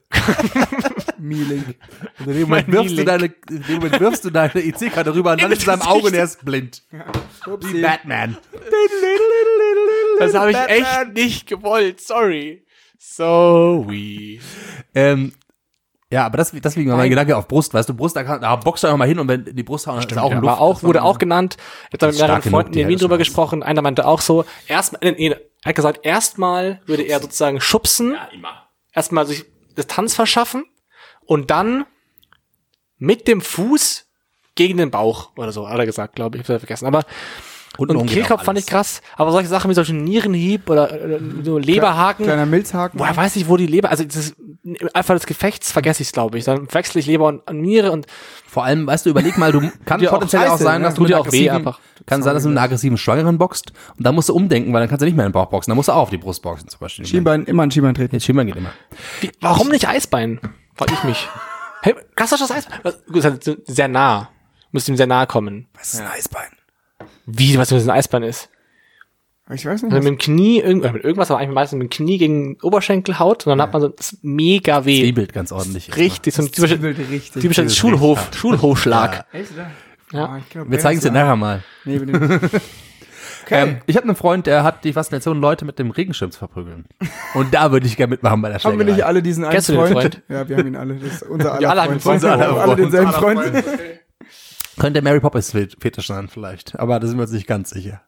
Speaker 3: Mealing.
Speaker 4: In dem Moment wirfst du
Speaker 2: Mein
Speaker 4: deine, in dem Moment wirfst du deine I C-Karte rüber und dann ist es in seinem Auge und er ist blind. Wie Batman.
Speaker 2: Das habe ich
Speaker 3: Batman.
Speaker 2: echt nicht gewollt. Sorry. Sorry.
Speaker 4: Ähm, ja, aber das, deswegen war mein Gedanke auf Brust, weißt du, Brust, da, kann, da boxt er nochmal hin und wenn in die Brust hauen, ist auch ein
Speaker 2: Ja, war auch, wurde auch genannt. Jetzt habe ich mit mehreren
Speaker 4: stark genug,
Speaker 2: Freunden
Speaker 4: die
Speaker 2: in Wien
Speaker 4: hätte
Speaker 2: drüber
Speaker 4: schon was.
Speaker 2: gesprochen. Einer meinte auch so, erstmal, nee, er hat gesagt, erstmal würde er sozusagen schubsen.
Speaker 4: Ja, immer.
Speaker 2: Erstmal sich Distanz verschaffen und dann mit dem Fuß gegen den Bauch oder so, hat er gesagt, glaube ich, ich habe vergessen. Aber und, und Kehlkopf fand ich krass, aber solche Sachen wie solche Nierenhieb oder äh, so Leberhaken,
Speaker 3: Kleiner Milzhaken.
Speaker 2: woher weiß ich, wo die Leber, also das einfach des Gefechts vergesse ich es, glaube ich. Dann wechsle ich Leber und Niere und
Speaker 4: Vor allem, weißt du, überleg mal, du kann
Speaker 2: dir auch
Speaker 4: potenziell auch
Speaker 3: scheiße,
Speaker 4: sein,
Speaker 3: ne?
Speaker 4: dass du
Speaker 2: Tut
Speaker 4: mit
Speaker 2: dir
Speaker 4: einer
Speaker 2: auch weh
Speaker 4: aggressiven,
Speaker 2: einfach.
Speaker 4: kann sein, dass du mit einer aggressiven Schwangeren boxt und dann musst du umdenken, weil dann kannst du nicht mehr in den Bauch boxen, dann musst du auch auf die Brust boxen zum Beispiel.
Speaker 3: Schienbein, immer ein Schienbein treten.
Speaker 4: Jetzt Schienbein geht immer.
Speaker 2: wie, warum nicht Eisbein? Frag ich mich. Hey, klassisches Eisbein. Was- Gut, das ist halt sehr nah. Müsste ihm sehr nahe kommen.
Speaker 3: Was ist ein Eisbein?
Speaker 2: Wie, was ein Eisbein ist?
Speaker 3: Ich weiß
Speaker 2: Also
Speaker 3: nicht.
Speaker 2: mit dem Knie, irgend- oder mit irgendwas, aber eigentlich meistens mit dem Knie gegen den Oberschenkel haut und dann hat man so das ist mega weh.
Speaker 4: Zwiebelt ganz ordentlich.
Speaker 2: Richtig, so ein typischer,
Speaker 3: Zwiebelt richtig.
Speaker 2: typischer
Speaker 4: Zwiebelt
Speaker 2: Schulhof,
Speaker 4: richtig.
Speaker 2: Schulhofschlag.
Speaker 3: Echt, oder?
Speaker 2: Ja.
Speaker 3: Ah, ich glaub,
Speaker 4: Wir zeigen es dir nachher mal.
Speaker 3: Nee, bitte nicht. Okay.
Speaker 4: Ähm, ich habe einen Freund, der hat die Faszination, Leute mit dem Regenschirm zu verprügeln. Und da würde ich gerne mitmachen bei der
Speaker 3: haben wir nicht
Speaker 4: Schlägerei.
Speaker 3: alle diesen einen
Speaker 2: Kennst du den
Speaker 3: Freund?
Speaker 2: Freund?
Speaker 3: Ja, wir haben ihn alle. Das ist unser aller
Speaker 2: Ja, alle haben
Speaker 3: Freund.
Speaker 2: ihn. Unser
Speaker 3: Wir
Speaker 2: aller
Speaker 3: haben alle
Speaker 4: Freund.
Speaker 3: denselben
Speaker 4: Aller
Speaker 3: Freund.
Speaker 4: Freund. Könnte Mary Poppins Fetisch sein vielleicht, aber da sind wir uns nicht ganz sicher.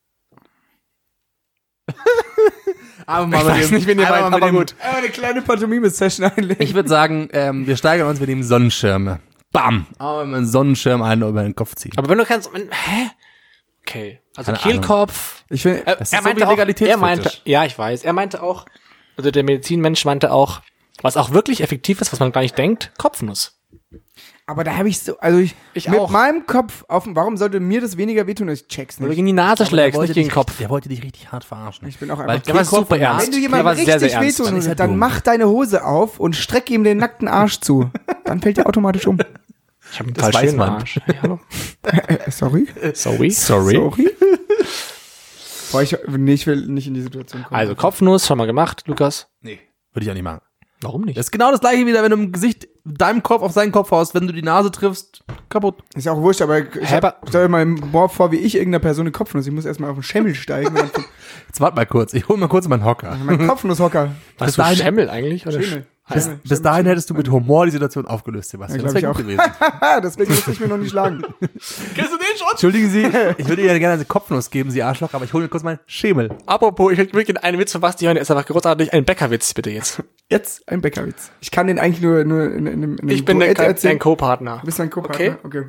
Speaker 4: aber mal
Speaker 2: Ich
Speaker 4: mit
Speaker 2: weiß
Speaker 4: dem-
Speaker 2: nicht, wen ihr
Speaker 4: aber
Speaker 2: meint,
Speaker 4: mal mit
Speaker 2: aber
Speaker 4: dem-
Speaker 2: gut.
Speaker 3: Aber eine kleine Pantomime-Session einlegen.
Speaker 4: Ich würde sagen, ähm, wir steigern uns mit dem Sonnenschirme. Bam! Aber mit einem Sonnenschirm einen über den Kopf ziehen.
Speaker 2: Aber wenn du kannst, wenn, hä? Okay. Also
Speaker 4: Keine
Speaker 2: Kehlkopf.
Speaker 3: Ich finde,
Speaker 2: Äh,
Speaker 4: ist
Speaker 2: er
Speaker 4: so
Speaker 2: meinte
Speaker 4: wie
Speaker 2: auch, er
Speaker 4: Legalitätsfetisch.
Speaker 2: meinte, ja, ich weiß, er meinte auch, also der Medizinmensch meinte auch, was auch wirklich effektiv ist, was man gar nicht denkt, Kopfnuss.
Speaker 3: aber da habe ich so, also ich,
Speaker 2: Ich
Speaker 3: mit
Speaker 2: auch.
Speaker 3: meinem Kopf auf, warum sollte mir das weniger wehtun? Ich check's
Speaker 2: Weil du
Speaker 3: nicht.
Speaker 2: gegen die Nase schlägst,
Speaker 4: wollte
Speaker 2: nicht gegen den
Speaker 4: dich,
Speaker 2: Kopf.
Speaker 4: Der wollte dich richtig hart verarschen.
Speaker 3: Ich bin auch
Speaker 4: Weil
Speaker 3: einfach.
Speaker 2: Der war
Speaker 4: Kehlkopf
Speaker 2: super
Speaker 4: und
Speaker 2: ernst.
Speaker 3: Wenn du
Speaker 2: Der
Speaker 3: jemandem
Speaker 2: war sehr,
Speaker 3: richtig
Speaker 2: sehr ernst.
Speaker 3: wehtun
Speaker 4: Dann ist er
Speaker 3: willst, dann
Speaker 4: dumm.
Speaker 3: mach deine Hose auf und streck ihm den nackten Arsch zu. Dann fällt er automatisch um.
Speaker 2: Ich habe einen
Speaker 4: Das weiß
Speaker 2: falschen
Speaker 4: man.
Speaker 2: Arsch. Ja.
Speaker 3: Äh, sorry?
Speaker 2: Sorry.
Speaker 3: Sorry? Boah, ich, nee, ich will nicht in die Situation kommen.
Speaker 2: Also Kopfnuss, schon mal gemacht, Lukas.
Speaker 4: Nee, würde ich auch nicht machen.
Speaker 2: Warum nicht?
Speaker 4: Das ist genau das gleiche wieder, wenn du im Gesicht deinem Kopf auf seinen Kopf haust, wenn du die Nase triffst, kaputt.
Speaker 3: Ist ja auch wurscht, aber ich
Speaker 2: Hä, aber-
Speaker 3: hab, stell dir mal im vor, wie ich irgendeiner Person den Kopfnuss. Ich muss erstmal auf den Schemmel steigen. Und dann
Speaker 4: Jetzt warte mal kurz, ich hol mal kurz meinen Hocker.
Speaker 3: mein Kopfnusshocker.
Speaker 2: Warst du
Speaker 4: dahin-
Speaker 2: Schemmel eigentlich? Oder
Speaker 3: Schemmel.
Speaker 4: Bis,
Speaker 3: Schemmel.
Speaker 4: bis dahin hättest du mit Humor die Situation aufgelöst, Sebastian.
Speaker 3: Ja,
Speaker 4: das
Speaker 3: glaub
Speaker 4: wäre
Speaker 3: ich
Speaker 4: gut
Speaker 3: auch.
Speaker 4: gewesen.
Speaker 3: Haha, deswegen muss ich mir noch nicht schlagen.
Speaker 2: Kennst du den schon?
Speaker 4: Entschuldigen Sie, ich würde Ihnen gerne eine Kopfnuss geben, Sie Arschloch, aber ich hole mir kurz meinen Schemel.
Speaker 2: Apropos, ich will wirklich einen Witz von Basti hören, der ist einfach großartig. Ein Bäckerwitz, bitte jetzt.
Speaker 3: Jetzt ein Bäckerwitz. Ich kann den eigentlich nur, nur in, in, in, in einem
Speaker 2: Ich bin der,
Speaker 3: Duett erzählen.
Speaker 2: dein Co-Partner.
Speaker 3: Du bist mein Co-Partner?
Speaker 2: Okay.
Speaker 3: Okay.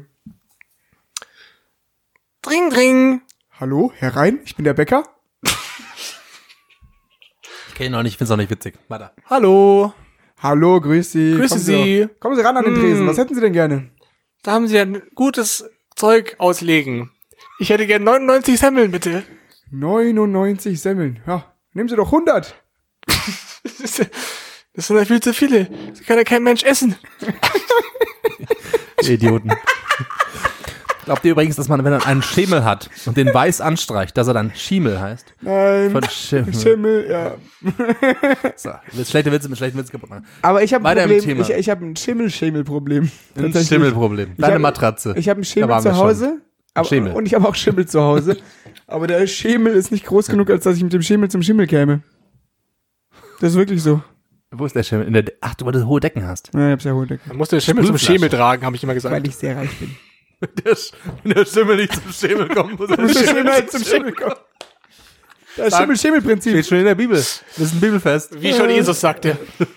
Speaker 2: Dring, dring.
Speaker 3: Hallo, herein, ich bin der Bäcker.
Speaker 4: Ich kenne ihn noch nicht, ich finde es auch nicht witzig. Warte.
Speaker 2: Hallo.
Speaker 3: Hallo, grüß Sie.
Speaker 2: Grüße
Speaker 3: kommen
Speaker 2: Sie.
Speaker 3: doch- Kommen Sie ran an den Tresen.
Speaker 2: Mm.
Speaker 3: Was hätten Sie denn gerne?
Speaker 2: Da haben Sie ein gutes Zeug auslegen. Ich hätte gern neunundneunzig Semmeln, bitte.
Speaker 3: neunundneunzig Semmeln. Ja, nehmen Sie doch hundert.
Speaker 2: Das ist- das sind ja viel zu viele. Das kann ja kein Mensch essen.
Speaker 4: Ihr Idioten. Glaubt ihr übrigens, dass man, wenn man einen Schemel hat und den weiß anstreicht, dass er dann Schiemel heißt?
Speaker 3: Nein.
Speaker 4: Von Schimmel.
Speaker 3: Schimmel, ja.
Speaker 4: So, jetzt schlechte Witze mit schlechten Witzen kaputt machen.
Speaker 3: Aber ich habe ein
Speaker 4: Weiter im
Speaker 3: Problem.
Speaker 4: Thema.
Speaker 3: Ich, ich habe ein Schimmel-Schemel-Problem.
Speaker 4: Ein
Speaker 3: Tatsächlich.
Speaker 4: Schimmelproblem.
Speaker 3: Ich
Speaker 4: Deine
Speaker 3: hab-
Speaker 4: Matratze.
Speaker 3: Ich habe einen
Speaker 4: Da
Speaker 3: Schemel
Speaker 4: waren wir
Speaker 3: zu
Speaker 4: schon.
Speaker 3: Hause. Aber,
Speaker 4: Schemel.
Speaker 3: Und ich habe auch Schimmel zu Hause. Aber der Schemel ist nicht groß genug, als dass ich mit dem Schemel zum Schimmel käme. Das ist wirklich so.
Speaker 4: Wo ist der Schimmel? In der De- Ach, du, weil du hohe Decken hast.
Speaker 3: Ja, ich hab's ja hohe Decke.
Speaker 2: Man muss den Schimmel zum
Speaker 4: Sprühflasche.
Speaker 2: Schemel tragen, habe ich immer gesagt.
Speaker 3: Weil ich sehr reich bin.
Speaker 4: Der Sch- Wenn der Schimmel nicht zum Schemel kommt, muss er
Speaker 3: Der Schimmel zum Schimmel kommen. Das Schimmel-Schimmel-Prinzip.
Speaker 4: Steht schon in der Bibel. Das ist ein Bibelfest.
Speaker 2: Wie schon Jesus sagte.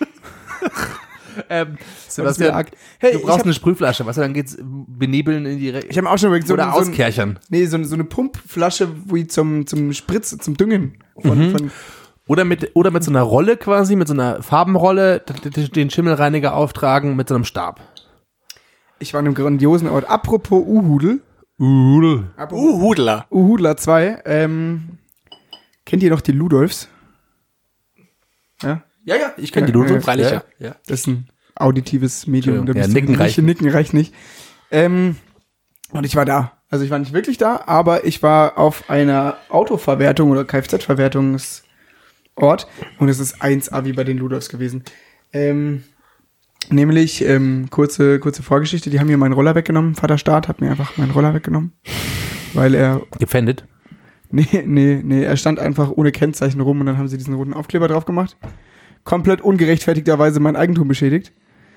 Speaker 4: Ähm,
Speaker 3: Das ist
Speaker 4: Sebastian,
Speaker 3: mir arg. Hey,
Speaker 4: du
Speaker 3: ich
Speaker 4: brauchst
Speaker 3: hab-
Speaker 4: eine Sprühflasche, weißt du, dann geht's benebeln in die Re
Speaker 3: Ich habe auch schon überlegt, so,
Speaker 4: oder
Speaker 3: so, ein,
Speaker 4: auskerchern.
Speaker 3: nee, so, so eine Pumpflasche wie zum, zum Spritz, zum Düngen. Von,
Speaker 4: Mhm.
Speaker 3: von,
Speaker 4: Oder mit, oder mit so einer Rolle quasi, mit so einer Farbenrolle, d- d- den Schimmelreiniger auftragen mit so einem Stab.
Speaker 3: ich war an einem grandiosen Ort. Apropos Uhudel.
Speaker 4: Udel.
Speaker 3: Apropos
Speaker 2: Uh, Hudler.
Speaker 3: Uhudler zwei. Ähm, kennt ihr noch die Ludolfs? Ja?
Speaker 4: Ja, ja, ich kenne die
Speaker 3: Ja,
Speaker 4: Ludel.
Speaker 3: ja,
Speaker 2: freilich,
Speaker 4: ja. ja.
Speaker 3: Das ist ein auditives Medium.
Speaker 4: Entschuldigung.
Speaker 3: Da
Speaker 4: Ja,
Speaker 3: bist du
Speaker 4: nicken
Speaker 3: nicht-
Speaker 4: reicht nicht.
Speaker 3: Nicken reicht nicht. Ähm, und ich war da. Also ich war nicht wirklich da, aber ich war auf einer Autoverwertung oder Kfz-Verwertungsort und es ist eins A wie bei den Ludolfs gewesen. Ähm, nämlich, ähm, kurze, kurze Vorgeschichte, die haben mir meinen Roller weggenommen. Vater Staat hat mir einfach meinen Roller weggenommen, weil er,
Speaker 4: Gepfändet.
Speaker 3: Nee, nee, nee, er stand einfach ohne Kennzeichen rum und dann haben sie diesen roten Aufkleber drauf gemacht. Komplett ungerechtfertigterweise mein Eigentum beschädigt.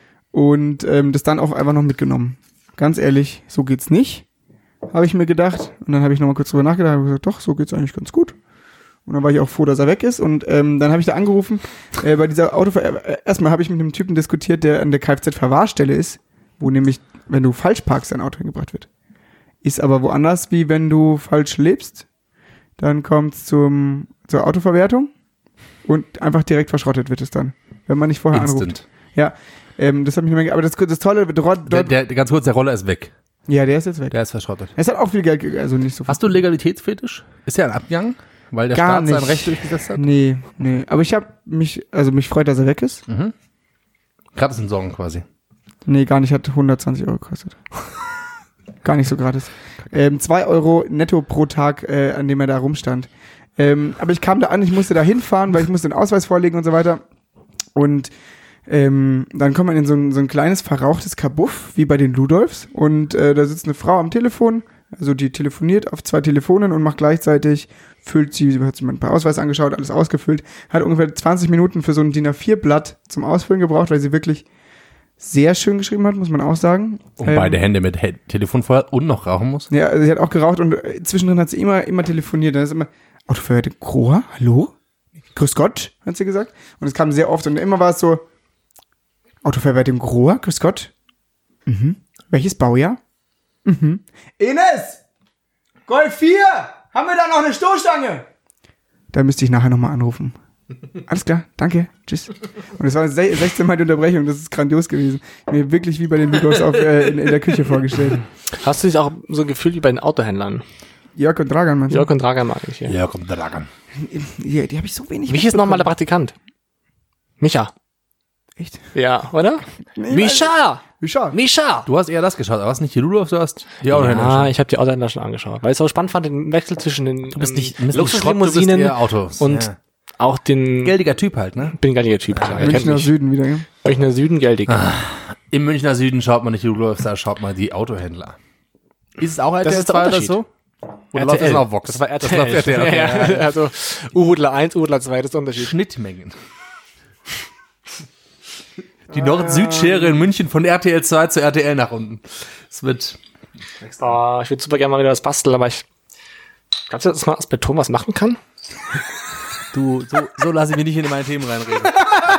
Speaker 3: Und ähm, das dann auch einfach noch mitgenommen. Ganz ehrlich, so geht's nicht, habe ich mir gedacht. Und dann habe ich nochmal kurz drüber nachgedacht und gesagt, doch, so geht's eigentlich ganz gut. Und dann war ich auch froh, dass er weg ist. Und ähm, dann habe ich da angerufen, äh, bei dieser Autover... Äh, erstmal habe ich mit einem Typen diskutiert, der an der Kfz-Verwahrstelle ist, wo nämlich, wenn du falsch parkst, dein Auto hingebracht wird. Ist aber woanders, wie wenn du falsch lebst. Dann kommt's zum zur Autoverwertung und einfach direkt verschrottet wird es dann, wenn man nicht vorher
Speaker 4: Instant.
Speaker 3: anruft. Ja, ähm, das hat mich nicht mehr... Aber das, das Tolle... Dort,
Speaker 4: Der, der, ganz kurz, der Roller ist weg.
Speaker 3: ja, der ist jetzt weg.
Speaker 4: Der ist verschrottet.
Speaker 3: Es hat auch viel Geld, ge- also nicht so viel.
Speaker 4: Hast du Legalitätsfetisch? Ist ja ein Abgang, weil der
Speaker 3: Gar
Speaker 4: Staat sein
Speaker 3: nicht.
Speaker 4: Recht durchgesetzt hat?
Speaker 3: Nee, nee. Aber ich habe mich, also mich freut, dass er weg ist.
Speaker 4: Mhm. Gratis entsorgen quasi.
Speaker 3: Nee, gar nicht, hat hundertzwanzig Euro gekostet. Gar nicht so gratis. Ähm, zwei Euro netto pro Tag, äh, an dem er da rumstand. Ähm, aber ich kam da an, ich musste da hinfahren, weil ich musste den Ausweis vorlegen und so weiter. Und ähm, dann kommt man in so ein, so ein kleines verrauchtes Kabuff, wie bei den Ludolfs. Und äh, da sitzt eine Frau am Telefon, also die telefoniert auf zwei Telefonen und macht gleichzeitig, füllt sie, sie hat sich mal ein paar Ausweis angeschaut, alles ausgefüllt, hat ungefähr zwanzig Minuten für so ein D I N A vier Blatt zum Ausfüllen gebraucht, weil sie wirklich sehr schön geschrieben hat, muss man auch sagen.
Speaker 4: Und
Speaker 3: Ähm,
Speaker 4: beide Hände mit He- Telefonfeuer und noch rauchen muss.
Speaker 3: Ja, also sie hat auch geraucht und äh, zwischendrin hat sie immer, immer telefoniert. Dann ist immer, Autoverwaltung Kroa, hallo? Grüß Gott, hat sie gesagt. Und es kam sehr oft und immer war es so, Autoverwaltung Kroa, grüß Gott. Mhm. Welches Baujahr? Mhm. Ines! Golf vier! Haben wir da noch eine Stoßstange? Da müsste ich nachher nochmal anrufen. Alles klar, danke, tschüss. Und es war eine se- sechzehn Mal die Unterbrechung, das ist grandios gewesen. Mir wirklich wie bei den Ludolfs auf, äh, in, in der Küche vorgestellt.
Speaker 2: Hast du dich auch so gefühlt wie bei den Autohändlern?
Speaker 3: Jörg und Dragan, meinst du?
Speaker 2: Jörg und Dragan mag ich hier.
Speaker 4: Ja, kommt der Lagan.
Speaker 3: Ja, die habe ich so wenig
Speaker 2: Wie hieß nochmal der
Speaker 3: mitbekommen.
Speaker 2: Praktikant? Micha.
Speaker 3: Echt?
Speaker 2: Ja, oder?
Speaker 3: Nee,
Speaker 2: Mischa!
Speaker 3: Wie schade.
Speaker 2: Mischa!
Speaker 4: Du hast eher das geschaut, aber hast nicht die Ludolf, du hast die Autohändler
Speaker 2: Ja,
Speaker 4: geschaut.
Speaker 2: ich habe die Autohändler schon angeschaut, weil ich es auch spannend fand, den Wechsel zwischen den
Speaker 4: Du bist
Speaker 2: ähm,
Speaker 4: nicht, du bist nicht Schrott, du bist
Speaker 2: Luxuslimousinen
Speaker 4: eher Autos.
Speaker 2: und
Speaker 4: ja.
Speaker 2: auch den...
Speaker 4: Geldiger Typ halt, ne?
Speaker 2: bin ein geiler Typ, klar. Er kennt
Speaker 3: Münchner
Speaker 2: mich.
Speaker 3: Süden wieder, ja?
Speaker 2: Münchner Süden, geldig.
Speaker 4: Im Münchner Süden schaut man nicht die Ludolfs, da schaut man die Autohändler. Ist es auch R T L
Speaker 2: Das ist der
Speaker 4: zwei oder
Speaker 2: Unterschied.
Speaker 4: so? Oder läuft das auf Vox?
Speaker 2: Das war R T L.
Speaker 4: Das läuft R T L, okay.
Speaker 2: Ja, ja, also U-Hudler eins, U-Hudler zwei, das ist der Unterschied.
Speaker 4: Schnittmengen. Die Nord-Süd-Schere in München von R T L zwei zu R T L nach unten. Es wird...
Speaker 2: Oh, ich würde super gerne mal wieder was basteln, aber ich... Glaubst du, dass man aus Beton was machen kann?
Speaker 4: Du, so, so lasse ich mich nicht in meine Themen reinreden.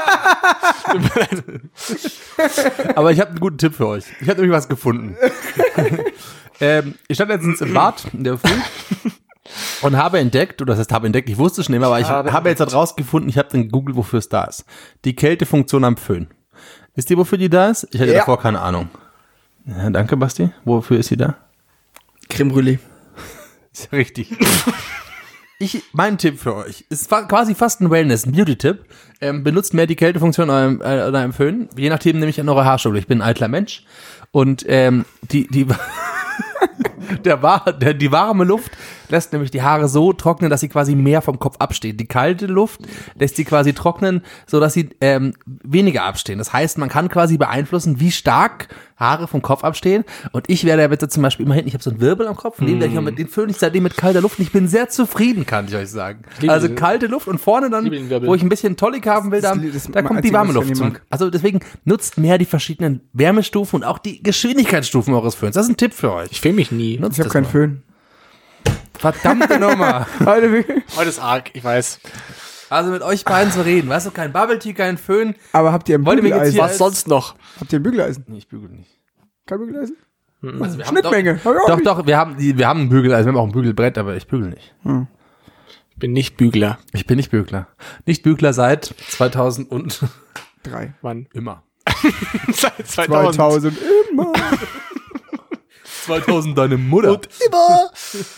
Speaker 4: Aber ich habe einen guten Tipp für euch. Ich habe nämlich was gefunden. ähm, ich stand letztens im Bad in der Früh und habe entdeckt, oder das heißt habe entdeckt, ich wusste schon immer, aber ich
Speaker 2: Habe
Speaker 4: habe jetzt halt rausgefunden, ich habe dann gegoogelt, wofür es da ist. Die Kältefunktion am Föhn. Wisst ihr, wofür die da ist? Ich hatte
Speaker 3: Ja.
Speaker 4: davor keine Ahnung. Ja, danke, Basti. Wofür ist sie da?
Speaker 3: Creme Brûlée.
Speaker 4: Ist richtig. Ich, mein Tipp für euch ist fa- quasi fast ein Wellness, ein Beauty-Tipp. Ähm, benutzt mehr die Kältefunktion an eurem, äh, an eurem Föhn, je nachdem nämlich an eurer Haarschule. Ich bin ein eitler Mensch und ähm, die, die, der, war, der, die warme Luft lässt nämlich die Haare so trocknen, dass sie quasi mehr vom Kopf abstehen. Die kalte Luft lässt sie quasi trocknen, so dass sie ähm, weniger abstehen. Das heißt, man kann quasi beeinflussen, wie stark Haare vom Kopf abstehen. Und ich werde ja bitte zum Beispiel immer hinten, ich habe so einen Wirbel am Kopf, und den werde ich auch mit den Föhn ich seitdem mit kalter Luft. Und ich bin sehr zufrieden, kann ich euch sagen.
Speaker 2: liebe
Speaker 4: Also
Speaker 2: den-
Speaker 4: kalte Luft und vorne dann,
Speaker 2: liebe den Wirbel.
Speaker 4: wo ich ein bisschen Tonic haben will, dann,
Speaker 3: Das- das
Speaker 4: da kommt die
Speaker 3: Einzige,
Speaker 4: warme
Speaker 3: was ich
Speaker 4: Luft
Speaker 3: an ihm
Speaker 4: zum.
Speaker 3: mag.
Speaker 4: Also deswegen nutzt mehr die verschiedenen Wärmestufen und auch die Geschwindigkeitsstufen eures Föhns. Das ist ein Tipp für euch.
Speaker 2: Ich filme mich nie.
Speaker 4: Nutzt
Speaker 3: Ich habe
Speaker 4: das
Speaker 3: keinen
Speaker 4: mal.
Speaker 3: Föhn.
Speaker 4: Verdammte Nummer.
Speaker 3: Alter, wirklich?
Speaker 2: Heute ist arg, ich weiß.
Speaker 4: Also mit euch beiden zu reden. Weißt du, kein Bubble Tea, kein Föhn.
Speaker 3: Aber habt ihr ein
Speaker 4: Wollt ihr mir jetzt
Speaker 3: Bügeleisen?
Speaker 4: hier-
Speaker 2: Was sonst noch?
Speaker 3: Habt ihr ein Bügeleisen?
Speaker 4: Nee, ich bügel nicht.
Speaker 3: Kein Bügeleisen?
Speaker 4: Also wir haben
Speaker 3: Schnittmenge. Hab ich auch
Speaker 4: Doch,
Speaker 3: nicht.
Speaker 4: doch, wir haben, die- wir haben ein Bügel, also wir haben auch ein Bügelbrett, aber ich bügel nicht.
Speaker 2: Ich bin nicht Bügler.
Speaker 4: Ich bin nicht Bügler. Nicht Bügler seit zweitausend und
Speaker 3: Drei.
Speaker 2: Wann?
Speaker 4: immer.
Speaker 2: Seit zweitausend.
Speaker 3: zweitausend immer.
Speaker 4: zweitausend deine Mutter.
Speaker 2: Immer.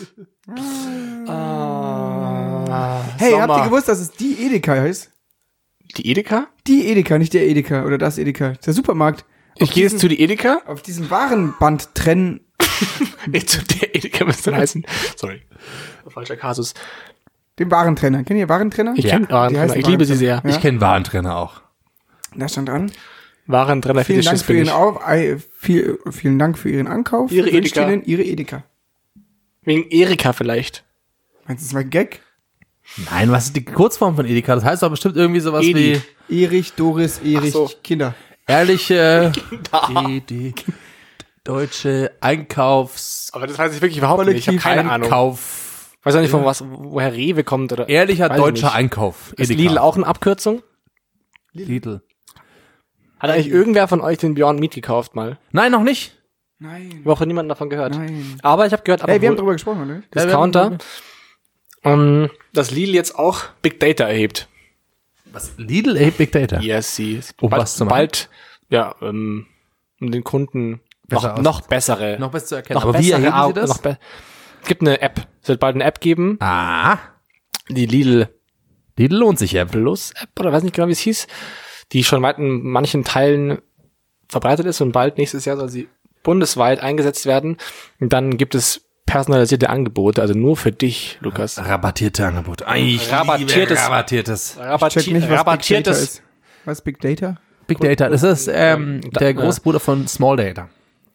Speaker 2: ah,
Speaker 3: Hey, habt ihr
Speaker 2: Sommer.
Speaker 3: gewusst, dass es die Edeka heißt?
Speaker 2: Die Edeka?
Speaker 3: Die Edeka, nicht der Edeka oder das Edeka. Der Supermarkt.
Speaker 2: Ich gehe jetzt zu die Edeka.
Speaker 3: Auf diesem Warenband trennen.
Speaker 2: Nee, zu der Edeka müsste dann heißen. Sorry. Falscher Kasus.
Speaker 3: Den Warentrenner. Kennt ihr Warentrenner?
Speaker 2: Ich
Speaker 4: Ja,
Speaker 2: kenne Warentrenner.
Speaker 3: heißen
Speaker 2: Ich liebe sie sehr.
Speaker 3: Warentrenner.
Speaker 4: Ich kenne Warentrenner auch.
Speaker 3: Da stand dran.
Speaker 2: Warentrenner
Speaker 3: Vielen Dank
Speaker 2: Fetischist
Speaker 3: für
Speaker 2: bin
Speaker 3: Ihren
Speaker 2: ich.
Speaker 3: Auf, äh, viel, vielen Dank für Ihren Ankauf.
Speaker 2: Ihre
Speaker 3: Wünscht
Speaker 2: Edeka.
Speaker 3: Ihnen Ihre Edeka.
Speaker 2: Wegen Erika vielleicht.
Speaker 3: Meinst du, das war ein Gag?
Speaker 4: Nein, was ist die Kurzform von Edeka? Das heißt doch bestimmt irgendwie sowas
Speaker 2: Edi.
Speaker 4: wie
Speaker 3: Erich, Doris, Erich,
Speaker 2: Ach so.
Speaker 3: Kinder.
Speaker 4: ehrliche die, die deutsche Einkaufs
Speaker 2: Aber das weiß ich wirklich überhaupt nicht. Ich habe keine Ahnung.
Speaker 4: Einkauf
Speaker 2: Weiß auch nicht, von was, woher Rewe kommt oder.
Speaker 4: ehrlicher
Speaker 2: Weiß ich
Speaker 4: deutscher
Speaker 2: nicht.
Speaker 4: Einkauf.
Speaker 2: Ist Lidl auch eine Abkürzung?
Speaker 4: Lidl.
Speaker 2: Hat eigentlich irgendwer von euch den Beyond Meat gekauft mal?
Speaker 4: Nein, noch nicht.
Speaker 3: Nein.
Speaker 2: Ich habe auch von niemandem davon gehört.
Speaker 3: Nein.
Speaker 2: Aber ich habe gehört,
Speaker 3: Ey, wir haben
Speaker 2: apropos
Speaker 3: drüber gesprochen, oder?
Speaker 2: Discounter, um, dass Lidl jetzt auch Big Data erhebt.
Speaker 4: Was? Lidl erhebt Big Data?
Speaker 2: Yes, sie.
Speaker 4: Um
Speaker 2: bald,
Speaker 4: was zu machen?
Speaker 2: Bald, ja, um, um den Kunden
Speaker 4: Besser
Speaker 2: noch,
Speaker 4: aus-
Speaker 2: noch bessere,
Speaker 4: Noch besser zu erkennen.
Speaker 2: noch
Speaker 4: Aber wie
Speaker 2: bessere
Speaker 4: erheben
Speaker 2: Ar-
Speaker 4: Sie das?
Speaker 2: Noch be- es gibt eine App. Es wird bald eine App geben.
Speaker 4: Ah,
Speaker 2: Die Lidl
Speaker 4: Lidl lohnt sich ja.
Speaker 2: Plus App oder weiß nicht genau, wie es hieß. Die schon weit in manchen Teilen verbreitet ist und bald nächstes Jahr soll sie bundesweit eingesetzt werden. Und dann gibt es personalisierte Angebote, also nur für dich, Lukas.
Speaker 4: Rabattierte Angebote. Ah, Ich
Speaker 2: Rabattiertes-
Speaker 4: liebe rabattiertes.
Speaker 2: Rabatti-
Speaker 3: Ich check nicht, was Big Data
Speaker 2: rabattiertes.
Speaker 3: ist. Was ist Big Data?
Speaker 4: Big Data, das ist ähm,
Speaker 2: Da-
Speaker 4: der Großbruder von Small Data.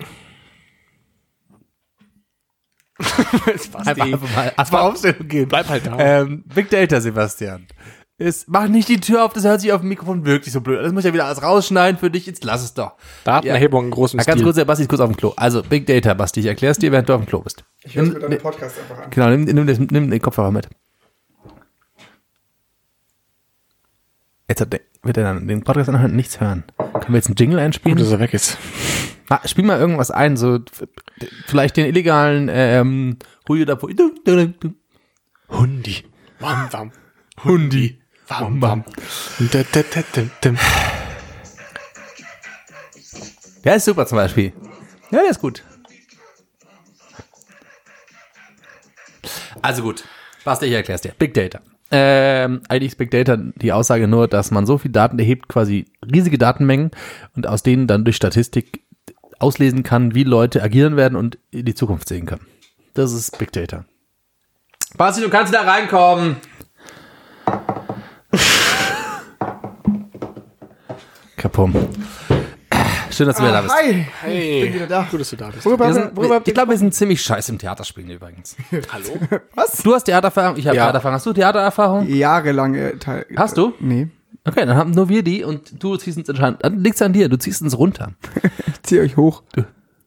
Speaker 4: Einfach, einfach mal, einfach aufstehen und gehen.
Speaker 2: Bleib halt da.
Speaker 4: Ähm, Big Data, Sebastian. Ist, mach nicht die Tür auf, das hört sich auf dem Mikrofon wirklich so blöd an. Das muss ich ja wieder alles rausschneiden für dich, jetzt lass es doch.
Speaker 2: Datenerhebung in großem
Speaker 4: Ja, ganz
Speaker 2: Stil.
Speaker 4: kurz, der Basti ist kurz auf dem Klo. Also, Big Data, Basti, ich erklär's dir, während du auf dem Klo bist.
Speaker 3: Ich höre
Speaker 4: Nimm-
Speaker 3: mir deinen Podcast einfach an.
Speaker 4: Genau, nimm, nimm, das- nimm den Kopfhörer mit. Jetzt hat der, wird er dann den Podcast anhören und nichts hören. Können wir jetzt einen Jingle einspielen?
Speaker 2: Gut, dass er weg ist.
Speaker 4: Ah, spiel mal irgendwas ein, so f- vielleicht den illegalen ähm, Huyo da
Speaker 2: Hundi. Wam, wam.
Speaker 4: Hundi.
Speaker 2: Wam, wam. Da, da, da, da, da.
Speaker 4: Der ist super zum Beispiel. Ja, der ist gut. Also gut. Basti, ich erklär's dir. Big Data. Ähm, eigentlich ist Big Data die Aussage nur, dass man so viel Daten erhebt, quasi riesige Datenmengen und aus denen dann durch Statistik auslesen kann, wie Leute agieren werden und in die Zukunft sehen können. Das ist Big Data. Basti, du kannst da reinkommen. Kapum. Schön, dass du wieder da bist.
Speaker 3: Hi.
Speaker 2: Hey,
Speaker 3: bin wieder da.
Speaker 2: gut, dass du da bist.
Speaker 3: Worüber,
Speaker 4: Wir
Speaker 3: haben wir-
Speaker 4: sind,
Speaker 3: worüber habt
Speaker 4: ich
Speaker 3: ihr
Speaker 4: glaube, wir sind ziemlich scheiße im Theaterspielen übrigens.
Speaker 2: Hallo?
Speaker 3: was?
Speaker 4: Du hast Theatererfahrung, ich habe
Speaker 2: Ja.
Speaker 4: Theatererfahrung. Hast du Theatererfahrung?
Speaker 3: Jahrelang äh, Teil.
Speaker 4: Hast du?
Speaker 3: Nee.
Speaker 4: Okay, dann haben nur wir die und du ziehst uns anscheinend, dann liegt's an dir, du ziehst uns runter.
Speaker 3: Ich zieh euch hoch.
Speaker 4: Du,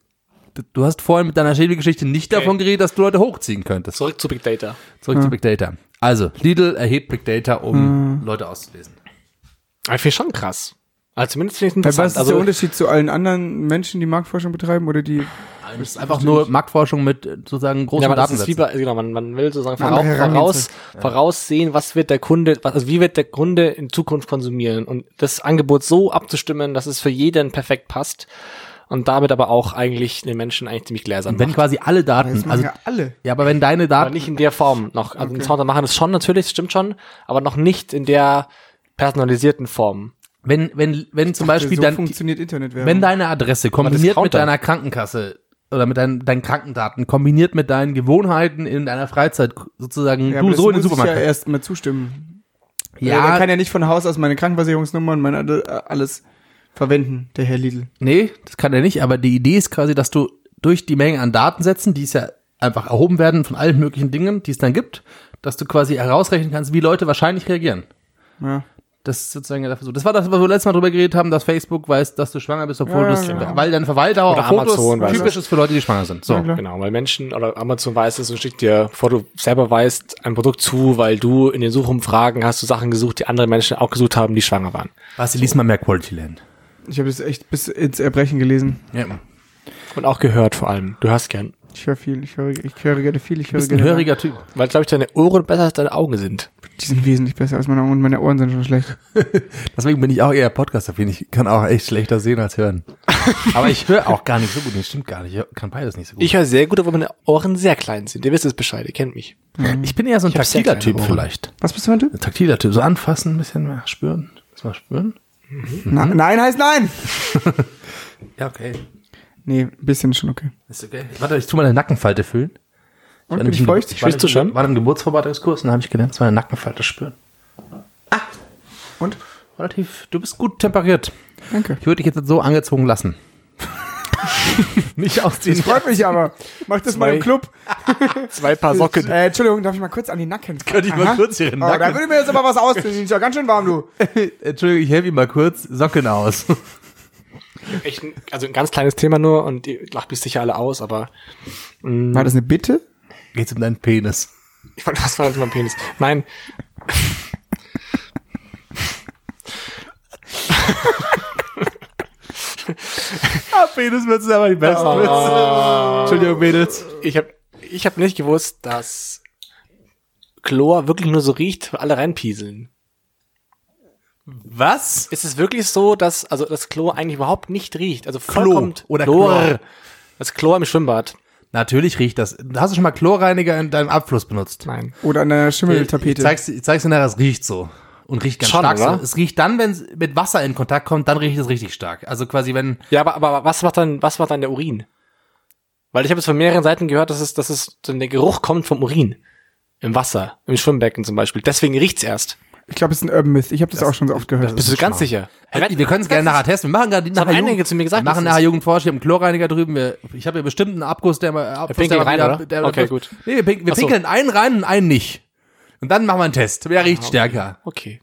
Speaker 4: du hast vorhin mit deiner Schädelgeschichte nicht
Speaker 2: Okay.
Speaker 4: davon geredet, dass du Leute hochziehen könntest.
Speaker 2: Zurück zu Big Data.
Speaker 4: Zurück zu Big Data. Also, Lidl erhebt Big Data, um Leute auszulesen.
Speaker 2: Aber ich finde schon krass. Also zumindest finde ich es
Speaker 3: Was
Speaker 2: interessant.
Speaker 3: ist
Speaker 2: Also,
Speaker 3: der Unterschied zu allen anderen Menschen, die Marktforschung betreiben oder die
Speaker 4: Das ist einfach nur Marktforschung mit äh, sozusagen großen
Speaker 2: ja, man, das ist
Speaker 4: Datensätzen.
Speaker 2: wie bei, genau, man, man will sozusagen
Speaker 3: Eine
Speaker 2: voraus,
Speaker 3: andere
Speaker 2: voraus,
Speaker 3: Herangehensweise.
Speaker 2: voraussehen, was wird der Kunde, was, also wie wird der Kunde in Zukunft konsumieren und das Angebot so abzustimmen, dass es für jeden perfekt passt und damit aber auch eigentlich den Menschen eigentlich ziemlich gläsern
Speaker 4: Wenn
Speaker 2: macht.
Speaker 4: quasi alle
Speaker 3: das
Speaker 4: Daten,
Speaker 3: machen
Speaker 4: also,
Speaker 3: ja alle.
Speaker 4: ja, aber wenn deine
Speaker 2: Aber
Speaker 4: Daten,
Speaker 2: nicht in der Form noch. Also
Speaker 3: Okay.
Speaker 2: okay. Discounter machen das schon natürlich, das stimmt schon, aber noch nicht in der personalisierten Form.
Speaker 4: wenn, wenn, wenn zum Beispiel
Speaker 3: so
Speaker 4: dann,
Speaker 3: funktioniert Internetwerbung.
Speaker 4: wenn deine Adresse kombiniert mit
Speaker 2: Discounter.
Speaker 4: deiner Krankenkasse oder mit deinen, deinen Krankendaten, kombiniert mit deinen Gewohnheiten in deiner Freizeit, sozusagen,
Speaker 3: ja,
Speaker 4: du
Speaker 3: aber
Speaker 4: so in den
Speaker 3: das muss
Speaker 4: Supermarkt.
Speaker 3: ich ja erst mal zustimmen.
Speaker 4: Ja.
Speaker 3: Ja, der kann ja nicht von Haus aus meine Krankenversicherungsnummer und meine alle- alles verwenden, der Herr Lidl.
Speaker 4: Nee, das kann er nicht, aber die Idee ist quasi, dass du durch die Menge an Datensätzen, die es ja einfach erhoben werden von allen möglichen Dingen, die es dann gibt, dass du quasi herausrechnen kannst, wie Leute wahrscheinlich reagieren.
Speaker 3: Ja.
Speaker 4: Das ist sozusagen der Versuch. Das war das, was wir letztes Mal drüber geredet haben, dass Facebook weiß, dass du schwanger bist, obwohl
Speaker 3: Ja,
Speaker 4: du es,
Speaker 3: genau.
Speaker 4: weil dein Verweildauer
Speaker 2: Oder
Speaker 4: auf Fotos
Speaker 2: Amazon weiß
Speaker 4: typisch
Speaker 2: das.
Speaker 4: ist für Leute, die schwanger sind. So.
Speaker 3: Ja, klar.
Speaker 2: Genau, weil Menschen oder Amazon weiß es und schickt dir, bevor du selber weißt, ein Produkt zu, weil du in den Suchumfragen hast du Sachen gesucht, die andere Menschen auch gesucht haben, die schwanger waren.
Speaker 4: Basti, lies mal mehr Quality Land.
Speaker 3: Ich habe das echt bis ins Erbrechen gelesen.
Speaker 4: Ja.
Speaker 2: Und auch gehört vor allem. Du hörst gern.
Speaker 3: Ich höre viel, ich höre, ich höre gerne viel, ich
Speaker 4: Du
Speaker 3: höre
Speaker 4: bist ein
Speaker 3: gerne.
Speaker 4: höriger Typ.
Speaker 2: Weil, glaube ich, deine Ohren besser als deine Augen sind.
Speaker 3: Die sind wesentlich besser als meine Ohren. Meine Ohren sind schon schlecht.
Speaker 4: Deswegen bin ich auch eher Podcaster. Ich kann auch echt schlechter sehen als hören. Aber ich höre auch gar nicht so gut. Das stimmt gar nicht. Ich kann beides nicht so gut.
Speaker 2: Ich höre sehr gut, obwohl meine Ohren sehr klein sind. Ihr wisst es Bescheid, ihr kennt mich.
Speaker 4: Ich bin eher so ein
Speaker 2: Ich hab sehr
Speaker 4: taktiler
Speaker 2: kleine
Speaker 4: Typ
Speaker 2: Ohren.
Speaker 4: vielleicht.
Speaker 3: Was bist du für ein Typ?
Speaker 4: Ein taktiler Typ. So anfassen, ein bisschen mehr spüren. Lass mal spüren.
Speaker 3: Na, nein heißt nein!
Speaker 4: Ja, okay.
Speaker 3: Nee, ein bisschen ist schon okay.
Speaker 4: Ist okay. Warte, ich tu mal eine Nackenfalte fühlen.
Speaker 3: Und,
Speaker 4: war
Speaker 3: bin ich
Speaker 4: nämlich
Speaker 3: feucht?
Speaker 4: im- war
Speaker 2: Fühlst du
Speaker 4: im-
Speaker 2: schon?
Speaker 4: War im Geburtsvorbereitungskurs und da habe ich gelernt, so eine Nackenfalte spüren.
Speaker 3: Und?
Speaker 4: Relativ, du bist gut temperiert.
Speaker 3: Danke.
Speaker 4: Ich würde dich jetzt so angezogen lassen. Nicht aus
Speaker 3: Das
Speaker 4: den
Speaker 3: freut mich aber. Mach das mal im Club.
Speaker 2: Zwei Paar Socken.
Speaker 3: Äh, Entschuldigung, darf ich mal kurz an die Nacken?
Speaker 4: Könnte ich mal
Speaker 3: Aha.
Speaker 4: kurz hier in den
Speaker 3: Oh, da
Speaker 4: Nacken.
Speaker 3: würde mir jetzt aber was ausziehen. Ist ja ganz schön warm, du.
Speaker 4: Entschuldigung, ich helfe ihm mal kurz. Socken aus.
Speaker 2: Echt ein, also ein ganz kleines Thema nur und ihr lacht mich sicher alle aus, aber mh,
Speaker 3: War das eine Bitte?
Speaker 4: Geht's um deinen Penis?
Speaker 2: ich fand, was war das mit meinem Penis? Nein.
Speaker 4: Ah, Penis wird es aber die besten Witze. Entschuldigung, Mädels.
Speaker 2: Ich habe ich hab nicht gewusst, dass Chlor wirklich nur so riecht, wenn alle reinpieseln.
Speaker 4: Was?
Speaker 2: Ist es wirklich so, dass also das Chlor eigentlich überhaupt nicht riecht? Also
Speaker 4: Klo
Speaker 2: vollkommen
Speaker 4: oder
Speaker 2: Chlor.
Speaker 4: Chlor.
Speaker 2: Das Chlor im Schwimmbad.
Speaker 4: Natürlich riecht das. Hast du schon mal Chlorreiniger in deinem Abfluss benutzt?
Speaker 2: Nein.
Speaker 3: Oder an der
Speaker 4: Ich
Speaker 3: Schimmeltapete.
Speaker 4: zeig's, ich zeig's dir nachher, es riecht so. Und riecht ganz
Speaker 2: Schon,
Speaker 4: stark
Speaker 2: oder?
Speaker 4: so. Es riecht dann, wenn es mit Wasser in Kontakt kommt, dann riecht es richtig stark. Also quasi, wenn,
Speaker 2: Ja, aber, aber was macht dann, was macht dann der Urin? Weil ich habe jetzt von mehreren Seiten gehört, dass es, dass es, dann der Geruch kommt vom Urin. Im Wasser, im Schwimmbecken zum Beispiel. Deswegen riecht's erst.
Speaker 3: Ich glaube, es ist ein Urban Myth. Ich habe das, auch schon so oft gehört.
Speaker 2: Bist du ganz sicher?
Speaker 4: Hey, wir können es gerne nachher testen. Wir machen gerade die
Speaker 2: haben
Speaker 4: nachher
Speaker 2: einige
Speaker 4: Jugend-
Speaker 2: zu mir gesagt,
Speaker 4: Wir machen
Speaker 2: das
Speaker 4: nachher
Speaker 2: ist-
Speaker 4: Jugendforsch, ich habe einen Chlorreiniger drüben. Wir, ich habe hier bestimmt einen Abguss, der mal Abfluss,
Speaker 2: pinkeln
Speaker 4: der mal
Speaker 2: rein,
Speaker 4: wieder-
Speaker 2: oder?
Speaker 4: Der,
Speaker 2: Okay, gut.
Speaker 4: Nee, wir, pink, wir
Speaker 2: Ach so.
Speaker 4: pinkeln einen rein und einen nicht. Und dann machen wir einen Test. Wer riecht stärker?
Speaker 2: Okay.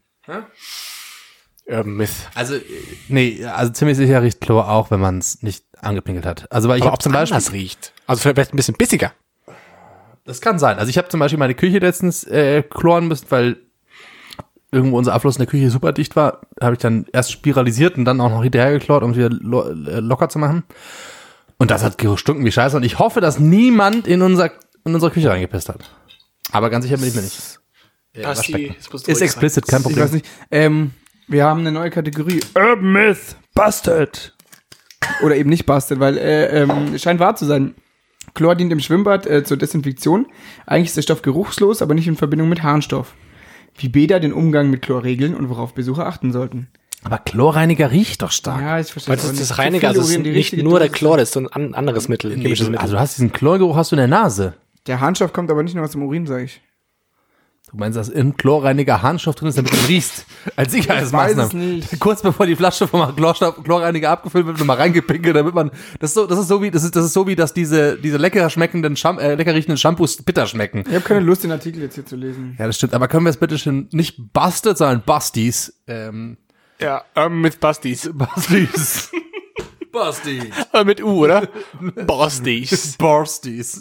Speaker 2: Urban Myth.
Speaker 4: Also, äh, nee, also ziemlich sicher riecht Chlor auch, wenn man es nicht angepinkelt hat. Also, weil ich
Speaker 2: Aber
Speaker 4: habe
Speaker 2: ob
Speaker 4: zum Beispiel,
Speaker 2: anders riecht. Also vielleicht ein bisschen bissiger.
Speaker 4: das kann sein. Also ich habe zum Beispiel meine Küche letztens äh, chloren müssen, weil irgendwo unser Abfluss in der Küche super dicht war. Habe ich dann erst spiralisiert und dann auch noch hinterher geklort, um es wieder lo äh, locker zu machen. Und das hat gestunken wie Scheiße. Und ich hoffe, dass niemand in, unser, in unsere Küche reingepisst hat. Aber ganz sicher bin ich mir nicht. Äh, Waschbecken. Ist explicit, kein
Speaker 3: Ich
Speaker 4: Problem.
Speaker 3: weiß nicht. Ähm, wir haben eine neue Kategorie. Urban Myth. Busted. Oder eben nicht busted, weil äh, ähm, es scheint wahr zu sein. Chlor dient im Schwimmbad äh, zur Desinfektion. Eigentlich ist der Stoff geruchslos, aber nicht in Verbindung mit Harnstoff. Wie Bäder den Umgang mit Chlor regeln und worauf Besucher achten sollten.
Speaker 4: Aber Chlorreiniger riecht doch stark.
Speaker 3: Ja, ich verstehe
Speaker 2: Weil das
Speaker 3: auch
Speaker 2: ist
Speaker 3: nicht.
Speaker 2: das
Speaker 3: Zu
Speaker 2: Reiniger,
Speaker 3: viel
Speaker 2: also es ist
Speaker 3: Urin, die
Speaker 2: nicht
Speaker 3: richtige
Speaker 2: nur der
Speaker 3: Dosis.
Speaker 2: Chlor, das ist so ein an- anderes Mittel,
Speaker 4: Nee,
Speaker 2: chemisches
Speaker 4: du,
Speaker 2: Mittel.
Speaker 4: also du hast diesen Chlorgeruch hast du in der Nase.
Speaker 3: Der Harnstoff kommt aber nicht nur aus dem Urin, sage ich.
Speaker 4: Du meinst, dass im Chlorreiniger Harnstoff drin ist, damit du riechst? Als Sicherheitsmaßnahme.
Speaker 3: Ich weiß es nicht.
Speaker 4: Kurz bevor die Flasche vom Chlorstoff, Chlorreiniger abgefüllt wird, nochmal reingepinkelt, damit man, das ist so, das ist so wie, das ist, das ist so wie, dass diese, diese lecker schmeckenden, Scham äh, lecker riechenden Shampoos bitter schmecken.
Speaker 3: Ich habe keine Lust, den Artikel jetzt hier zu lesen.
Speaker 4: Ja, das stimmt. Aber können wir es bitte schön nicht busted, sondern busties, ähm,
Speaker 2: Ja, ähm, mit Bastis.
Speaker 4: busties. busties.
Speaker 2: Äh, mit U, oder? Bastis.
Speaker 4: Busties.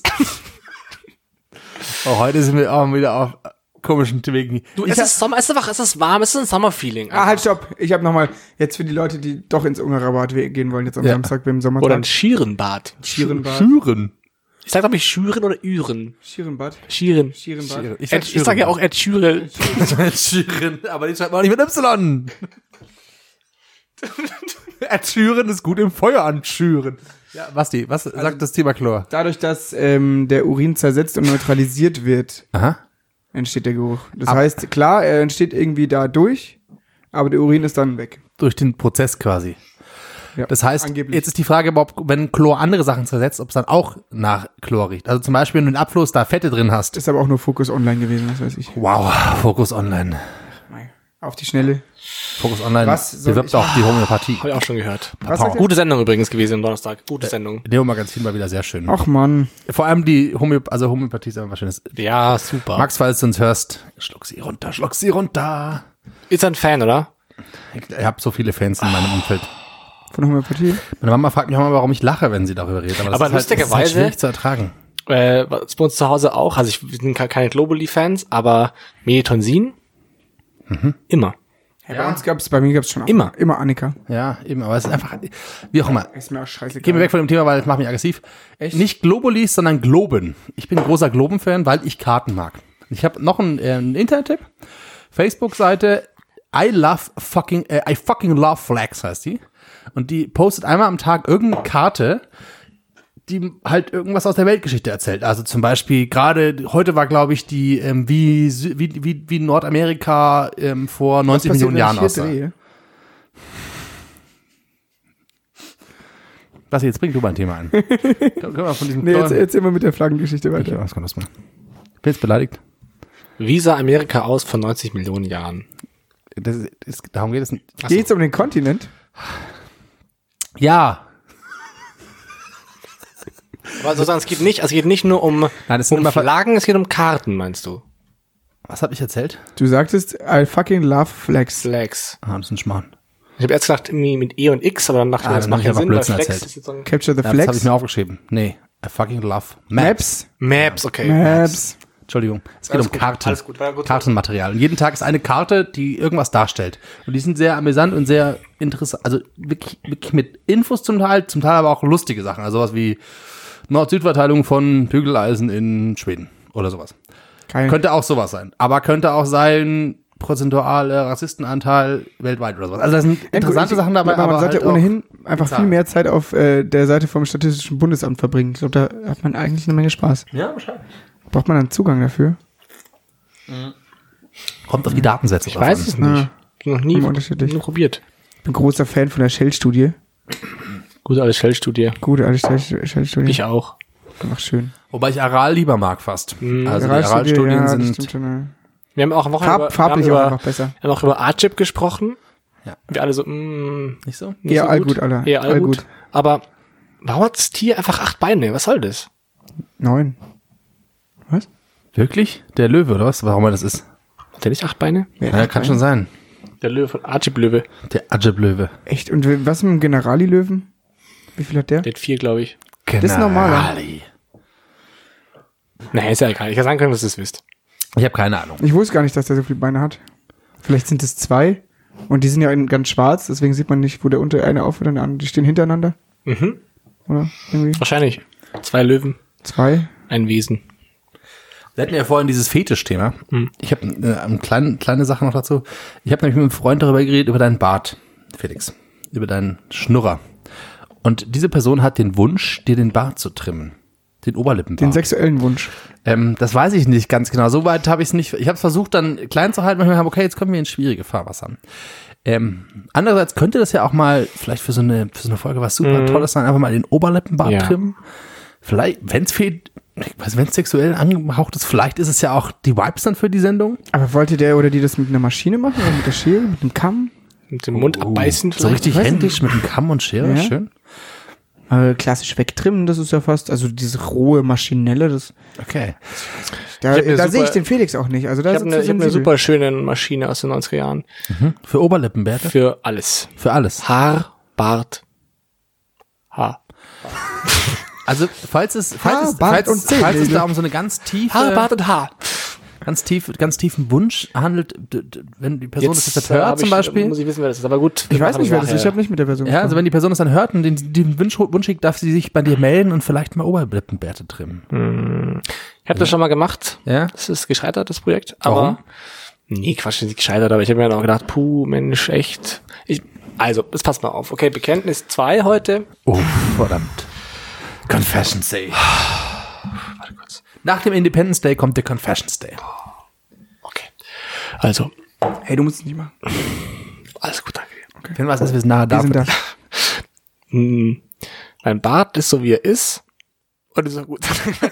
Speaker 4: Oh, heute sind wir auch wieder auf komischen Wegen.
Speaker 2: Du,
Speaker 4: Ich
Speaker 2: es ist Sommer, es ist wach, es ist warm, es ist ein Sommerfeeling.
Speaker 3: Ah, halt, stopp. Ich habe nochmal, jetzt für die Leute, die doch ins Ungarabad we- gehen wollen, jetzt am
Speaker 4: Ja.
Speaker 3: Samstag beim
Speaker 2: Oder
Speaker 3: Sommertag.
Speaker 2: ein Schierenbad.
Speaker 3: Schierenbad.
Speaker 4: Schüren.
Speaker 2: Ich sag, glaube ich, Schüren oder Üren.
Speaker 3: Schierenbad.
Speaker 2: Schieren.
Speaker 3: Schierenbad.
Speaker 4: Ich
Speaker 2: Ed, ich sag ja auch Ed Schürel.
Speaker 4: Schüren, aber die schreibt man auch nicht mit Y. Erschüren ist gut im Feuer anschüren. Ja, Basti, was sagt das Thema Chlor?
Speaker 3: Dadurch, dass ähm, der Urin zersetzt und neutralisiert wird,
Speaker 4: Aha.
Speaker 3: entsteht der Geruch. Das
Speaker 4: Ab-
Speaker 3: heißt, klar, er entsteht irgendwie dadurch, aber der Urin ist dann weg.
Speaker 4: Durch den Prozess quasi.
Speaker 3: Ja,
Speaker 4: Das heißt,
Speaker 3: angeblich.
Speaker 4: jetzt ist die Frage, ob, wenn Chlor andere Sachen zersetzt, ob es dann auch nach Chlor riecht. Also zum Beispiel, wenn du in den Abfluss da Fette drin hast.
Speaker 3: ist aber auch nur Fokus Online gewesen, das weiß ich.
Speaker 4: Wow, Fokus Online.
Speaker 3: Auf die Schnelle.
Speaker 4: Fokus Online
Speaker 3: Was soll
Speaker 4: bewirbt
Speaker 3: ich-
Speaker 4: auch die Homöopathie.
Speaker 2: Habe ich auch schon gehört.
Speaker 3: Was sagt er?
Speaker 2: Gute Sendung übrigens gewesen am Donnerstag. Gute Sendung.
Speaker 4: Neo-Magazin war wieder sehr schön.
Speaker 3: Ach Mann.
Speaker 4: Vor allem die Homö also Homöopathie ist einfach was Schönes.
Speaker 2: Ja, super.
Speaker 4: Max, falls du uns hörst, schluck sie runter, schluck sie runter.
Speaker 2: Ist er ein Fan, oder?
Speaker 4: Ich, ich habe so viele Fans in meinem Umfeld.
Speaker 3: Von Homöopathie.
Speaker 4: Meine Mama fragt mich auch mal, warum ich lache, wenn sie darüber redet. Aber, das
Speaker 2: Aber
Speaker 4: ist halt, das ist halt
Speaker 2: lustigerweise-
Speaker 4: schwierig zu ertragen.
Speaker 2: Äh, was bei uns zu Hause auch. Also ich wir sind ke- keine Globally-Fans, aber Melatonsin immer.
Speaker 3: Ja, bei uns gab's, bei mir gab's schon auch.
Speaker 2: Immer.
Speaker 3: Immer Annika.
Speaker 4: Ja, eben, aber es ist einfach, wie auch immer.
Speaker 3: Ist mir auch scheißegal.
Speaker 4: Gehen wir weg von dem Thema, weil das macht mich aggressiv.
Speaker 3: Echt?
Speaker 4: Nicht Globulis, sondern Globen. Ich bin ein großer Globen-Fan, weil ich Karten mag. Ich habe noch einen, äh, einen Internet-Tipp. Facebook-Seite I love fucking, äh, I fucking love flags heißt die. Und die postet einmal am Tag irgendeine Karte, die halt irgendwas aus der Weltgeschichte erzählt. Also zum Beispiel gerade, heute war glaube ich die, ähm, wie, Sü- wie, wie, wie Nordamerika ähm, vor neunzig
Speaker 3: passiert,
Speaker 4: Millionen Jahren
Speaker 3: wenn ich hier
Speaker 4: aussah.
Speaker 3: drehe?
Speaker 4: Was jetzt bringt du mal ein Thema ein. Können wir von diesem
Speaker 3: Nee, jetzt
Speaker 4: Chlor-
Speaker 3: erzähl mal mit der Flaggengeschichte
Speaker 4: Ich,
Speaker 3: weiter.
Speaker 4: was kann das mal? Ich bin jetzt beleidigt.
Speaker 2: Wie sah Amerika aus vor neunzig Millionen Jahren?
Speaker 4: Das ist, ist, darum geht es nicht.
Speaker 3: Geht's um den Kontinent?
Speaker 4: Ja.
Speaker 2: Aber sozusagen, es geht nicht, es geht nicht nur um,
Speaker 4: Nein, das sind
Speaker 2: um
Speaker 4: immer Ver-
Speaker 2: Flaggen, es geht um Karten, meinst du?
Speaker 4: Was hab ich erzählt?
Speaker 3: Du sagtest, I fucking love Flags.
Speaker 2: Flags.
Speaker 4: Ah, das ist ein Schmarrn.
Speaker 2: Ich habe erst gedacht, irgendwie mit E und X, aber dann dachte ich
Speaker 4: Ah,
Speaker 2: mir, das
Speaker 4: dann
Speaker 2: macht
Speaker 4: hab
Speaker 2: ja
Speaker 4: ich einfach
Speaker 2: Sinn, weil
Speaker 4: Blödsinn
Speaker 2: Flags
Speaker 4: erzählt.
Speaker 2: ist jetzt so ein
Speaker 3: Capture the
Speaker 4: Ja, das habe ich
Speaker 3: Flags.
Speaker 4: mir aufgeschrieben. Nee, I fucking love Maps.
Speaker 3: Maps.
Speaker 2: Maps, okay.
Speaker 3: Maps.
Speaker 4: Entschuldigung, es geht
Speaker 2: Alles
Speaker 4: um
Speaker 2: gut,
Speaker 4: Karten.
Speaker 2: alles gut, war gut.
Speaker 4: Kartenmaterial. Und jeden Tag ist eine Karte, die irgendwas darstellt. Und die sind sehr amüsant und sehr interessant. Also wirklich, wirklich mit Infos zum Teil, zum Teil aber auch lustige Sachen. Also sowas wie Nord-Süd-Verteilung von Bügeleisen in Schweden oder sowas.
Speaker 3: Geil.
Speaker 4: Könnte auch sowas sein. Aber könnte auch sein, prozentualer Rassistenanteil weltweit oder sowas. Also da sind interessante
Speaker 3: Ich-
Speaker 4: Sachen dabei,
Speaker 3: aber man
Speaker 4: aber
Speaker 3: sollte
Speaker 4: halt auch
Speaker 3: ohnehin einfach
Speaker 4: Zahlen.
Speaker 3: viel mehr Zeit auf äh, der Seite vom Statistischen Bundesamt verbringen. Ich glaube, da hat man eigentlich eine Menge Spaß.
Speaker 4: Ja, wahrscheinlich.
Speaker 3: Braucht man dann Zugang dafür?
Speaker 4: Kommt auf die Datensätze
Speaker 2: Ich
Speaker 4: drauf
Speaker 2: weiß
Speaker 4: an.
Speaker 2: es nicht. Noch nie,
Speaker 3: Immer unterschiedlich.
Speaker 2: nie probiert.
Speaker 3: Ich bin großer Fan von der Shell-Studie.
Speaker 2: Gute alte Shell-Studie.
Speaker 3: Gute alte Shell- Shell-Studie.
Speaker 2: Ich auch.
Speaker 3: Einfach schön.
Speaker 4: Wobei ich Aral lieber mag fast. Also die
Speaker 3: Aral-Studie,
Speaker 4: Aral-Studien
Speaker 3: ja, das
Speaker 4: sind
Speaker 3: stimmt schon, ja.
Speaker 2: Wir haben auch am Wochenende
Speaker 3: Farb,
Speaker 2: über,
Speaker 3: farblich
Speaker 2: wir
Speaker 3: auch
Speaker 2: haben
Speaker 3: einfach
Speaker 2: über,
Speaker 3: besser.
Speaker 2: wir haben auch über Archip gesprochen.
Speaker 4: Ja.
Speaker 2: Wir alle so, mh,
Speaker 4: nicht so.
Speaker 2: nicht
Speaker 3: Eher
Speaker 2: so
Speaker 3: allgut, Alter.
Speaker 2: Eher allgut.
Speaker 3: Allgut.
Speaker 2: Aber warum hat das Tier einfach acht Beine? Was soll das?
Speaker 3: Neun. Was?
Speaker 4: Wirklich? Der Löwe oder was? Warum er das ist?
Speaker 2: Hat der nicht acht Beine?
Speaker 3: Wer
Speaker 4: Ja,
Speaker 3: hat
Speaker 4: kann
Speaker 3: einen?
Speaker 4: schon sein.
Speaker 2: Der Löwe von Archip-Löwe.
Speaker 4: Der Ajib-Löwe.
Speaker 3: Echt? Und was mit dem Generali-Löwen? Wie viel hat der?
Speaker 2: Der hat vier, glaube ich.
Speaker 3: ist normaler.
Speaker 4: Generali.
Speaker 2: Nee, ist ja egal. Ich kann sagen können, dass ihr es wisst.
Speaker 4: Ich habe keine Ahnung.
Speaker 3: Ich wusste gar nicht, dass der so viele Beine hat. Vielleicht sind es zwei. Und die sind ja in ganz schwarz, deswegen sieht man nicht, wo der unter eine aufhört und der andere. Die stehen hintereinander.
Speaker 2: Mhm.
Speaker 3: Oder? Irgendwie.
Speaker 2: Wahrscheinlich. Zwei Löwen,
Speaker 3: Zwei.
Speaker 2: ein Wesen.
Speaker 4: Wir hatten ja vorhin dieses Fetischthema.
Speaker 2: Hm.
Speaker 4: Ich habe äh, eine kleine, kleine Sache noch dazu. Ich habe nämlich mit einem Freund darüber geredet, über deinen Bart, Felix. Über deinen Schnurrer. Und diese Person hat den Wunsch, dir den Bart zu trimmen. Den Oberlippenbart.
Speaker 3: Den sexuellen Wunsch.
Speaker 4: Ähm, das weiß ich nicht ganz genau. Soweit habe ich es nicht. Ich habe es versucht, dann klein zu halten. Manchmal haben, okay, jetzt kommen wir in schwierige Fahrwasser. Ähm, andererseits könnte das ja auch mal vielleicht für so eine, für so eine Folge was super
Speaker 2: Mhm.
Speaker 4: Tolles sein, einfach mal den Oberlippenbart
Speaker 2: Ja.
Speaker 4: trimmen. Vielleicht, wenn es fehlt, wenn es sexuell angehaucht ist, vielleicht ist es ja auch die Vibes dann für die Sendung.
Speaker 3: Aber wollte der oder die das mit einer Maschine machen? Oder mit der Schere? Mit einem Kamm?
Speaker 2: Mit dem Mund abbeißen
Speaker 4: So
Speaker 2: vielleicht.
Speaker 4: richtig
Speaker 3: weiß
Speaker 4: händisch mit einem Kamm und Schere,
Speaker 3: Ja.
Speaker 4: schön.
Speaker 3: Äh, klassisch wegtrimmen, das ist ja fast, also dieses rohe Maschinelle, das,
Speaker 4: Okay.
Speaker 3: da,
Speaker 2: Ich hab eine
Speaker 3: da
Speaker 2: super-
Speaker 3: sehe ich den Felix auch nicht. Also da
Speaker 2: Ich habe
Speaker 3: sind
Speaker 2: eine,
Speaker 3: sie
Speaker 2: ich hab eine
Speaker 3: sensibel.
Speaker 2: super schöne Maschine aus den neunziger Jahren.
Speaker 4: Für Oberlippenbärte?
Speaker 2: Für alles.
Speaker 4: Für alles.
Speaker 2: Haar, Bart, Haar.
Speaker 4: Also, falls es, falls
Speaker 3: Haar,
Speaker 4: es,
Speaker 3: Bart
Speaker 4: falls,
Speaker 3: und
Speaker 4: es, falls es
Speaker 3: Zehennägel.
Speaker 4: da um so eine ganz tiefe,
Speaker 2: Haar, Bart und Haar.
Speaker 4: ganz tief, ganz tiefen Wunsch handelt, d- d- wenn die Person das jetzt
Speaker 2: äh,
Speaker 4: hört
Speaker 2: hab
Speaker 4: zum
Speaker 2: ich,
Speaker 4: Beispiel.
Speaker 2: Muss ich wissen, wer das ist. Aber gut.
Speaker 3: Ich weiß nicht, wer das ist. Ich
Speaker 2: nachher.
Speaker 3: habe nicht mit der Person
Speaker 4: Ja, also
Speaker 3: gesprochen.
Speaker 4: wenn die Person das dann hört und den, den Wunsch, Wunsch schickt, darf sie sich bei dir melden und vielleicht mal Oberlippenbärte trimmen.
Speaker 2: Ich habe das schon mal gemacht.
Speaker 4: Ja?
Speaker 2: Das ist gescheitert, das Projekt. Aber
Speaker 4: Warum?
Speaker 2: Nee, Quatsch, das ist nicht gescheitert, aber ich habe mir dann auch gedacht, puh, Mensch, echt. Ich, also, das passt mal auf. Okay, Bekenntnis zwei heute.
Speaker 4: Oh, verdammt. Confessions Day.
Speaker 2: Warte kurz.
Speaker 4: Nach dem Independence Day kommt der Confessions Day.
Speaker 2: Okay. Also,
Speaker 3: Hey, du musst es nicht machen.
Speaker 2: alles gut, danke dir.
Speaker 4: Wenn was ist, wir sind nahe
Speaker 3: Wir
Speaker 4: da.
Speaker 3: sind da.
Speaker 2: Hm, mein Bart ist so, wie er ist. Und ist auch gut.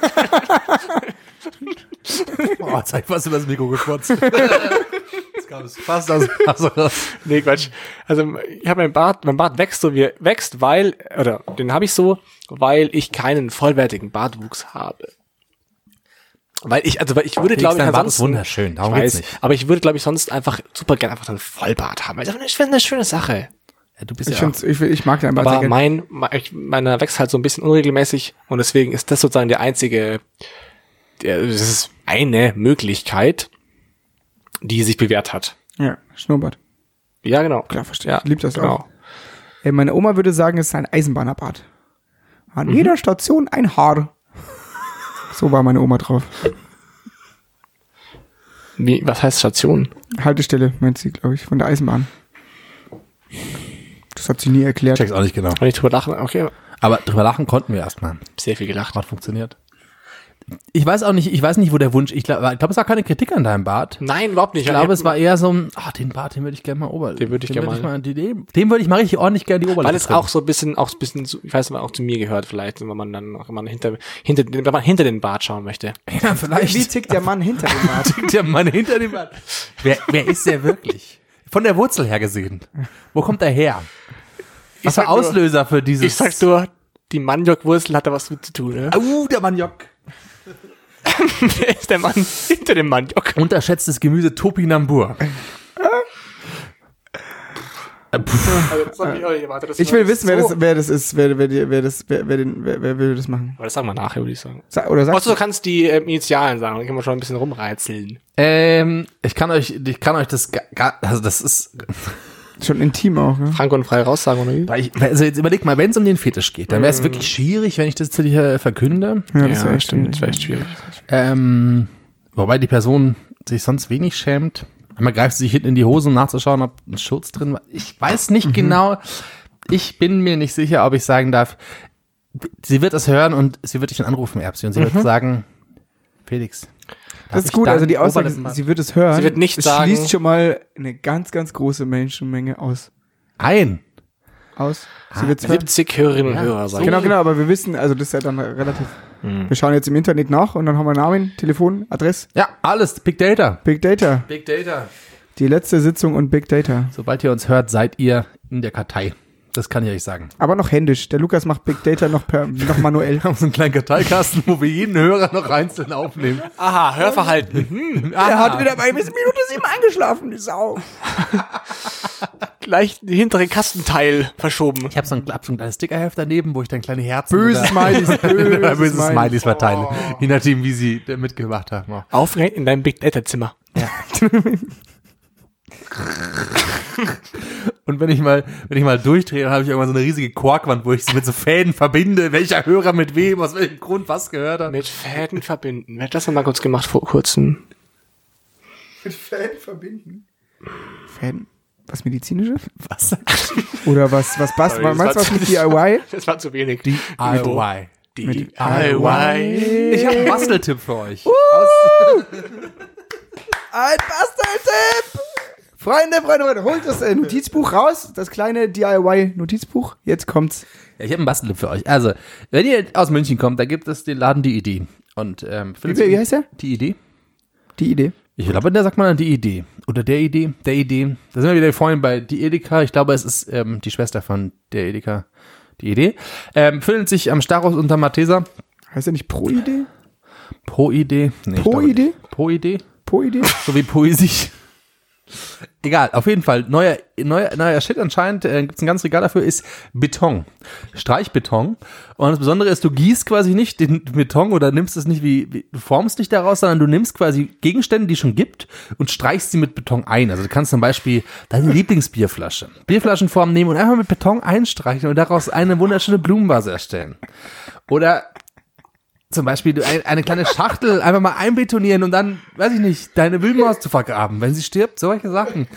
Speaker 4: Oh, zeig was über das Mikro geschwatzt. Das kam es fast aus. Also,
Speaker 2: Nee, Quatsch. Also ich habe mein Bart, mein Bart wächst so wie er wächst, weil, oder den habe ich so, weil ich keinen vollwertigen Bartwuchs habe. Weil ich, also weil ich würde, glaube ich,
Speaker 4: dein Bart ist
Speaker 2: ansonsten,
Speaker 4: wunderschön, darum
Speaker 2: ich
Speaker 4: geht's
Speaker 2: weiß,
Speaker 4: nicht.
Speaker 2: aber ich würde, glaube ich, sonst einfach super gerne einfach einen Vollbart haben. Also ich finde eine schöne Sache.
Speaker 4: ja, du bist
Speaker 3: Ich,
Speaker 4: ja
Speaker 3: find's, ich, ich mag deinen Bart sehr
Speaker 2: Aber
Speaker 3: gerne.
Speaker 2: mein, mein- ich- meiner wächst halt so ein bisschen unregelmäßig und deswegen ist das sozusagen der einzige, der, das ist eine Möglichkeit, die sich bewährt hat.
Speaker 3: Ja, Schnurrbart.
Speaker 2: Ja, genau.
Speaker 3: Klar, verstehe
Speaker 2: Ja,
Speaker 3: ich. Lieb das
Speaker 2: genau.
Speaker 3: auch. Ey, meine Oma würde sagen, es ist ein Eisenbahnerbart. An
Speaker 2: Mhm.
Speaker 3: jeder Station ein Haar. So war meine Oma drauf.
Speaker 2: Wie, was heißt Station?
Speaker 3: Haltestelle, meint sie, glaube ich, von der Eisenbahn. Das hat sie nie erklärt.
Speaker 4: check's auch nicht genau.
Speaker 2: Wenn ich drüber lache, okay,
Speaker 4: Aber drüber lachen konnten wir erstmal.
Speaker 2: sehr viel gelacht.
Speaker 4: Hat funktioniert. Ich weiß auch nicht, ich weiß nicht, wo der Wunsch, ich glaube, ich glaub, es war keine Kritik an deinem Bart.
Speaker 2: Nein, überhaupt nicht.
Speaker 4: Ich glaube, es war eher so ein, ah, den Bart, den würde ich gerne mal ober.
Speaker 2: Den würde ich gerne mal-
Speaker 4: die, dem, dem würde ich mal richtig ordentlich gerne die Oberlippe
Speaker 2: weil es
Speaker 4: trimmen.
Speaker 2: auch so ein bisschen, auch ein bisschen, zu, ich weiß nicht, auch zu mir gehört vielleicht, wenn man dann, wenn man hinter, hinter, wenn man hinter den Bart schauen möchte.
Speaker 4: Ja, vielleicht.
Speaker 3: Wie tickt der Mann hinter dem Bart?
Speaker 4: tickt der Mann hinter dem Bart. Wer, wer ist der wirklich? Von der Wurzel her gesehen. Wo kommt er her? Was
Speaker 2: sag
Speaker 4: war
Speaker 2: nur-
Speaker 4: Auslöser für dieses?
Speaker 2: Ich sag nur, die Maniokwurzel hat da was mit zu tun, ne?
Speaker 4: Uh, der Maniok.
Speaker 2: Wer ist der Mann hinter dem Maniok?
Speaker 4: Unterschätztes Gemüse Topinambur. Äh, pff.
Speaker 2: Also, das hab ich auch nicht erwartet. Das
Speaker 3: Ich
Speaker 2: war
Speaker 3: will wissen, wer
Speaker 2: so-
Speaker 3: das, wer das ist, wer, wer, wer, wer das, wer, wer, den, wer, wer will das machen.
Speaker 2: Aber das sagen wir nachher, würde ich sagen.
Speaker 3: Sa oder sagst
Speaker 2: Außer du kannst die ähm, Initialen sagen, dann können wir schon ein bisschen rumreizeln.
Speaker 4: ähm, ich kann euch, ich kann euch das, ga- ga- also das ist,
Speaker 3: du schon intim auch, ne?
Speaker 2: Frank und frei raussagen, oder wie?
Speaker 4: weil ich, also jetzt überleg mal, wenn es um den Fetisch geht, dann wäre es wirklich schwierig, wenn ich das zu dir verkünde.
Speaker 3: Ja, das wäre echt
Speaker 2: stimmt, das wäre echt schwierig.
Speaker 4: Ähm, wobei die Person sich sonst wenig schämt. Einmal greift sie sich hinten in die Hose, um nachzuschauen, ob ein Schurz drin war. Ich weiß nicht genau. Ich bin mir nicht sicher, ob ich sagen darf. Sie wird es hören und sie wird dich dann anrufen, Erbsi, und sie wird sagen, Felix.
Speaker 3: Das ist gut, also die Aussage, sie wird es hören.
Speaker 2: Sie wird nicht
Speaker 3: es
Speaker 2: sagen-
Speaker 3: schließt schon mal eine ganz, ganz große Menschenmenge aus.
Speaker 4: Ein.
Speaker 3: Aus. Sie wird's hören.
Speaker 2: siebzig Hörerinnen und
Speaker 4: Ja,
Speaker 2: Hörer, sagen.
Speaker 3: Genau, genau, aber wir wissen, also das ist ja dann relativ. Wir schauen jetzt im Internet nach und dann haben wir Namen, Telefon, Adresse,
Speaker 4: Ja, alles. Big Data.
Speaker 3: Big Data.
Speaker 4: Big Data.
Speaker 3: Die letzte Sitzung und Big Data.
Speaker 4: Sobald ihr uns hört, seid ihr in der Kartei. Das kann ich euch sagen.
Speaker 3: Aber noch händisch. Der Lukas macht Big Data noch per, noch manuell.
Speaker 4: Wir haben so einen kleinen Karteikasten, wo wir jeden Hörer noch einzeln aufnehmen.
Speaker 2: Aha, Hörverhalten. Hm.
Speaker 3: Er hat wieder bei bis Minute sieben eingeschlafen, die Sau.
Speaker 2: Gleich den hinteren Kastenteil verschoben.
Speaker 4: Ich habe so, ein- hab so ein kleines Stickerheft daneben, wo ich dann kleine Herzen
Speaker 3: Böse
Speaker 4: oder-
Speaker 3: Smileys, böse
Speaker 4: böse
Speaker 3: Smileys.
Speaker 4: Smileys verteile. Je nachdem, wie sie da mitgemacht haben. Ja.
Speaker 2: Aufgehängt in deinem Big Data Zimmer.
Speaker 4: Und wenn ich mal, wenn ich mal durchdrehe, dann habe ich irgendwann so eine riesige Korkwand, wo ich sie mit so Fäden verbinde, welcher Hörer mit wem, aus welchem Grund was gehört hat.
Speaker 2: Mit Fäden verbinden. Wer hat das noch mal kurz gemacht vor kurzem?
Speaker 3: Mit Fäden verbinden. Fäden? Was medizinisches?
Speaker 4: Was?
Speaker 3: Oder was, was passt?
Speaker 2: Sorry, das
Speaker 3: Meinst du
Speaker 2: war
Speaker 3: was mit
Speaker 2: zu-
Speaker 3: D I Y?
Speaker 2: Das war zu wenig.
Speaker 4: D I Y.
Speaker 2: D
Speaker 3: Mit
Speaker 2: I Y.
Speaker 4: Ich habe einen Basteltipp für euch.
Speaker 3: Ein Basteltipp! Freunde, Freunde, Freunde, holt das äh, Notizbuch raus, das kleine D I Y-Notizbuch. Jetzt kommt's.
Speaker 4: Ja, ich habe einen Basteltipp für euch. Also, wenn ihr aus München kommt, da gibt es den Laden Die Idee. Und, ähm,
Speaker 3: Wie, wie heißt der?
Speaker 4: Die Idee?
Speaker 3: Die Idee.
Speaker 4: Ich glaube, da sagt man dann Die Idee. Oder Der Idee, Der Idee. Da sind wir wieder vorhin bei Die Edeka. Ich glaube, es ist ähm, die Schwester von Der Edeka. Die Idee. Ähm, findet sich am Starus unter Matheser.
Speaker 3: Heißt der nicht Pro-Idee?
Speaker 4: Pro Idee. Nee, ich
Speaker 3: Pro
Speaker 4: glaube
Speaker 3: Idee?
Speaker 4: nicht. Pro Idee.
Speaker 3: Pro-Idee?
Speaker 4: So wie Poesie. Egal, auf jeden Fall. Neuer, neuer, neuer Shit anscheinend, äh, gibt es ein ganzes Regal dafür, ist Beton. Streichbeton. Und das Besondere ist, du gießt quasi nicht den Beton oder nimmst es nicht wie, wie, du formst nicht daraus, sondern du nimmst quasi Gegenstände, die es schon gibt und streichst sie mit Beton ein. Also du kannst zum Beispiel deine Lieblingsbierflasche, Bierflaschenform nehmen und einfach mit Beton einstreichen und daraus eine wunderschöne Blumenvase erstellen. Oder zum Beispiel du ein, eine kleine Schachtel einfach mal einbetonieren und dann, weiß ich nicht, deine Wildmaus zu vergraben, wenn sie stirbt, solche Sachen.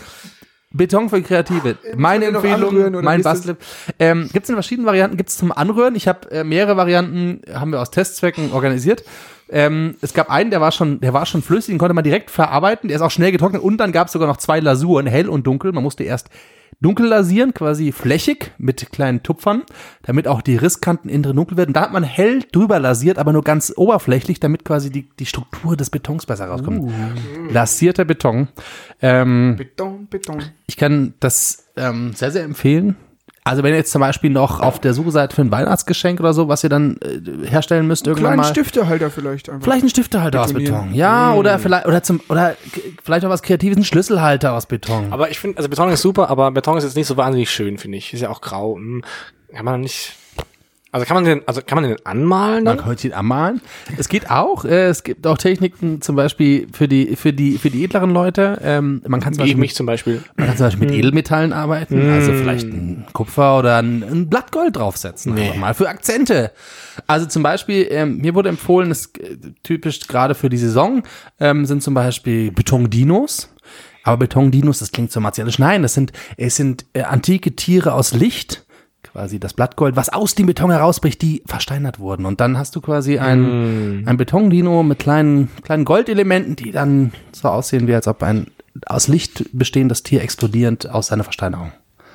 Speaker 4: Beton für Kreative. Meine
Speaker 3: wir noch anrühren
Speaker 4: Empfehlung,
Speaker 3: oder
Speaker 4: mein
Speaker 3: wie ist das?
Speaker 4: Bastel. Ähm, gibt es in verschiedenen Varianten, gibt es zum Anrühren. Ich habe äh, mehrere Varianten, haben wir aus Testzwecken organisiert. Ähm, es gab einen, der war schon, der war schon flüssig, den konnte man direkt verarbeiten. Der ist auch schnell getrocknet und dann gab es sogar noch zwei Lasuren, hell und dunkel. Man musste erst dunkel lasieren, quasi flächig mit kleinen Tupfern, damit auch die Risskanten innen drin dunkel werden. Da hat man hell drüber lasiert, aber nur ganz oberflächlich, damit quasi die, die Struktur des Betons besser rauskommt.
Speaker 3: Uh.
Speaker 4: Lasierter Beton. Ähm,
Speaker 3: Beton, Beton.
Speaker 4: ich kann das ähm, sehr, sehr empfehlen. Also wenn ihr jetzt zum Beispiel noch auf der Suche seid für ein Weihnachtsgeschenk oder so, was ihr dann äh, herstellen müsst irgendwann
Speaker 3: Kleinen
Speaker 4: mal.
Speaker 3: Stiftehalter vielleicht einfach.
Speaker 4: Vielleicht ein Stiftehalter aus
Speaker 3: Betonieren.
Speaker 4: Beton. Ja, oder vielleicht, oder zum, oder k- vielleicht auch was Kreatives, ein Schlüsselhalter aus Beton.
Speaker 2: Aber ich finde, also Beton ist super, aber Beton ist jetzt nicht so wahnsinnig schön, finde ich. Ist ja auch grau. Hm. Kann man nicht. Also kann man den, also kann man den anmalen
Speaker 4: Man
Speaker 2: dann?
Speaker 4: könnte ihn anmalen. Es geht auch, äh, es gibt auch Techniken zum Beispiel für die, für die, für die edleren Leute. Ähm, man kann zum
Speaker 2: Wie
Speaker 4: Beispiel,
Speaker 2: mich zum Beispiel.
Speaker 4: man kann zum Beispiel mit Edelmetallen arbeiten, also vielleicht ein Kupfer oder ein, ein Blattgold draufsetzen,
Speaker 2: Nee.
Speaker 4: einfach mal für Akzente. Also zum Beispiel, ähm, mir wurde empfohlen, das äh, typisch gerade für die Saison, ähm, sind zum Beispiel Betondinos. Aber Betondinos, das klingt so martialisch. Nein, das sind, es sind äh, antike Tiere aus Licht, quasi das Blattgold, was aus dem Beton herausbricht, die versteinert wurden. Und dann hast du quasi ein, ein Betondino mit kleinen, kleinen Goldelementen, die dann so aussehen, wie als ob ein aus Licht bestehendes Tier explodierend aus seiner Versteinerung.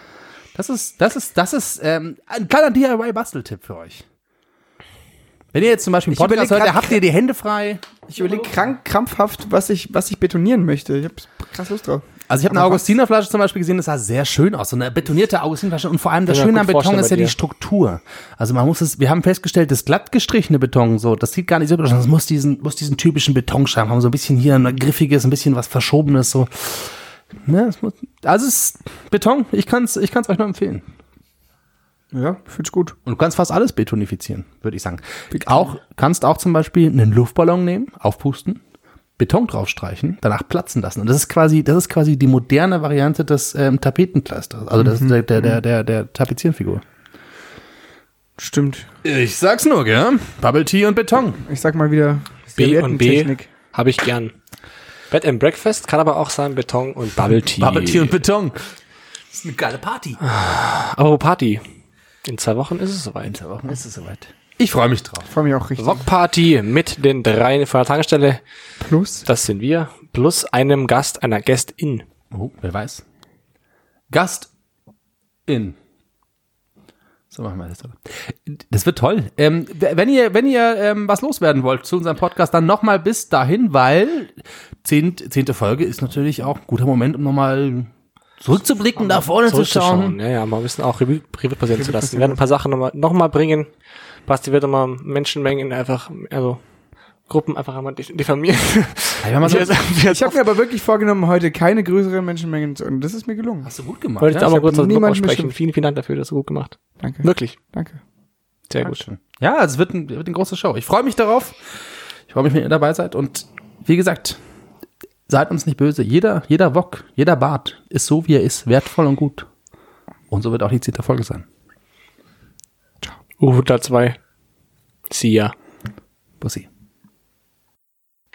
Speaker 4: Das ist, das ist, das ist ähm, ein kleiner D I Y-Basteltipp für euch. Wenn ihr jetzt zum Beispiel einen
Speaker 3: Ich
Speaker 4: Podcast
Speaker 3: überleg
Speaker 4: hört,
Speaker 3: grad-
Speaker 4: habt ihr die Hände frei.
Speaker 3: Ich überlege krank, krampfhaft, was ich, was ich betonieren möchte. Ich hab krass Lust drauf.
Speaker 4: Also ich habe eine Augustinerflasche zum Beispiel gesehen, das sah sehr schön aus, so eine betonierte Augustinerflasche und vor allem das
Speaker 2: Kann ich
Speaker 4: Schöne
Speaker 2: mir
Speaker 4: am
Speaker 2: gut
Speaker 4: Beton
Speaker 2: vorstellen
Speaker 4: ist ja
Speaker 2: bei
Speaker 4: die
Speaker 2: dir.
Speaker 4: Struktur. Also man muss es, wir haben festgestellt, das glatt gestrichene Beton, so, das sieht gar nicht so gut aus, das muss diesen, muss diesen typischen Betonscharm haben, so ein bisschen hier ein griffiges, ein bisschen was Verschobenes, so. Ne, das muss, also es ist Beton, ich kann's, ich kann's euch nur empfehlen.
Speaker 3: Ja, find's gut.
Speaker 4: Und du kannst fast alles betonifizieren, würde ich sagen. Auch, kannst auch zum Beispiel einen Luftballon nehmen, aufpusten, Beton draufstreichen, danach platzen lassen. Und das ist quasi, das ist quasi die moderne Variante des ähm, Tapetenpflasters. Also das ist der, der, der, der, der Tapezierenfigur.
Speaker 3: Stimmt.
Speaker 4: Ich sag's nur, gell? Bubble Tea und Beton.
Speaker 3: Ich sag mal wieder
Speaker 2: B und B
Speaker 3: Serviettentechnik.
Speaker 2: habe ich gern. Bed and Breakfast kann aber auch sein Beton und Bubble Tea.
Speaker 4: Bubble Tea und Beton. Das ist eine geile Party.
Speaker 2: Aber Party. In zwei Wochen ist es soweit.
Speaker 4: In zwei Wochen ist es soweit. Ich freue mich drauf.
Speaker 3: Freue mich auch richtig.
Speaker 2: Wok Party mit den dreien von der Tankstelle.
Speaker 3: Plus.
Speaker 2: Das sind wir. Plus einem Gast, einer Guest-In.
Speaker 4: Oh, wer weiß. Gast in. So machen wir das. Das wird toll. Ähm, wenn ihr, wenn ihr ähm, was loswerden wollt zu unserem Podcast, dann nochmal bis dahin, weil zehnt, zehnte Folge ist natürlich auch ein guter Moment, um nochmal zurückzublicken, nach vorne zu schauen.
Speaker 2: Ja, ja, mal ein bisschen auch Revue Revue passieren zu lassen. Wir werden ein paar Sachen nochmal noch mal bringen. Basti wird nochmal Menschenmengen einfach, also Gruppen einfach einmal diffamieren.
Speaker 4: Ja, wir haben so,
Speaker 3: Ich habe mir aber wirklich vorgenommen, heute keine größeren Menschenmengen zu, und das ist mir gelungen.
Speaker 4: hast du gut gemacht.
Speaker 2: wollte ich
Speaker 4: Ja?
Speaker 2: auch mal
Speaker 3: ich
Speaker 2: kurz
Speaker 3: hab
Speaker 2: das Lob
Speaker 3: niemanden
Speaker 2: aussprechen.
Speaker 3: beschimpft.
Speaker 2: Vielen, vielen Dank dafür, das hast du gut gemacht.
Speaker 3: Danke.
Speaker 2: Wirklich.
Speaker 3: Danke.
Speaker 2: Sehr gut.
Speaker 4: Dankeschön. Ja, es wird, ein, wird eine große Show. Ich freue mich darauf. Ich freue mich, wenn ihr dabei seid. Und wie gesagt, seid uns nicht böse. Jeder, jeder Wok, jeder Bart ist so, wie er ist, wertvoll und gut. Und so wird auch die zehnte Folge sein.
Speaker 2: U hundertzwei. See ya.
Speaker 4: Bussi.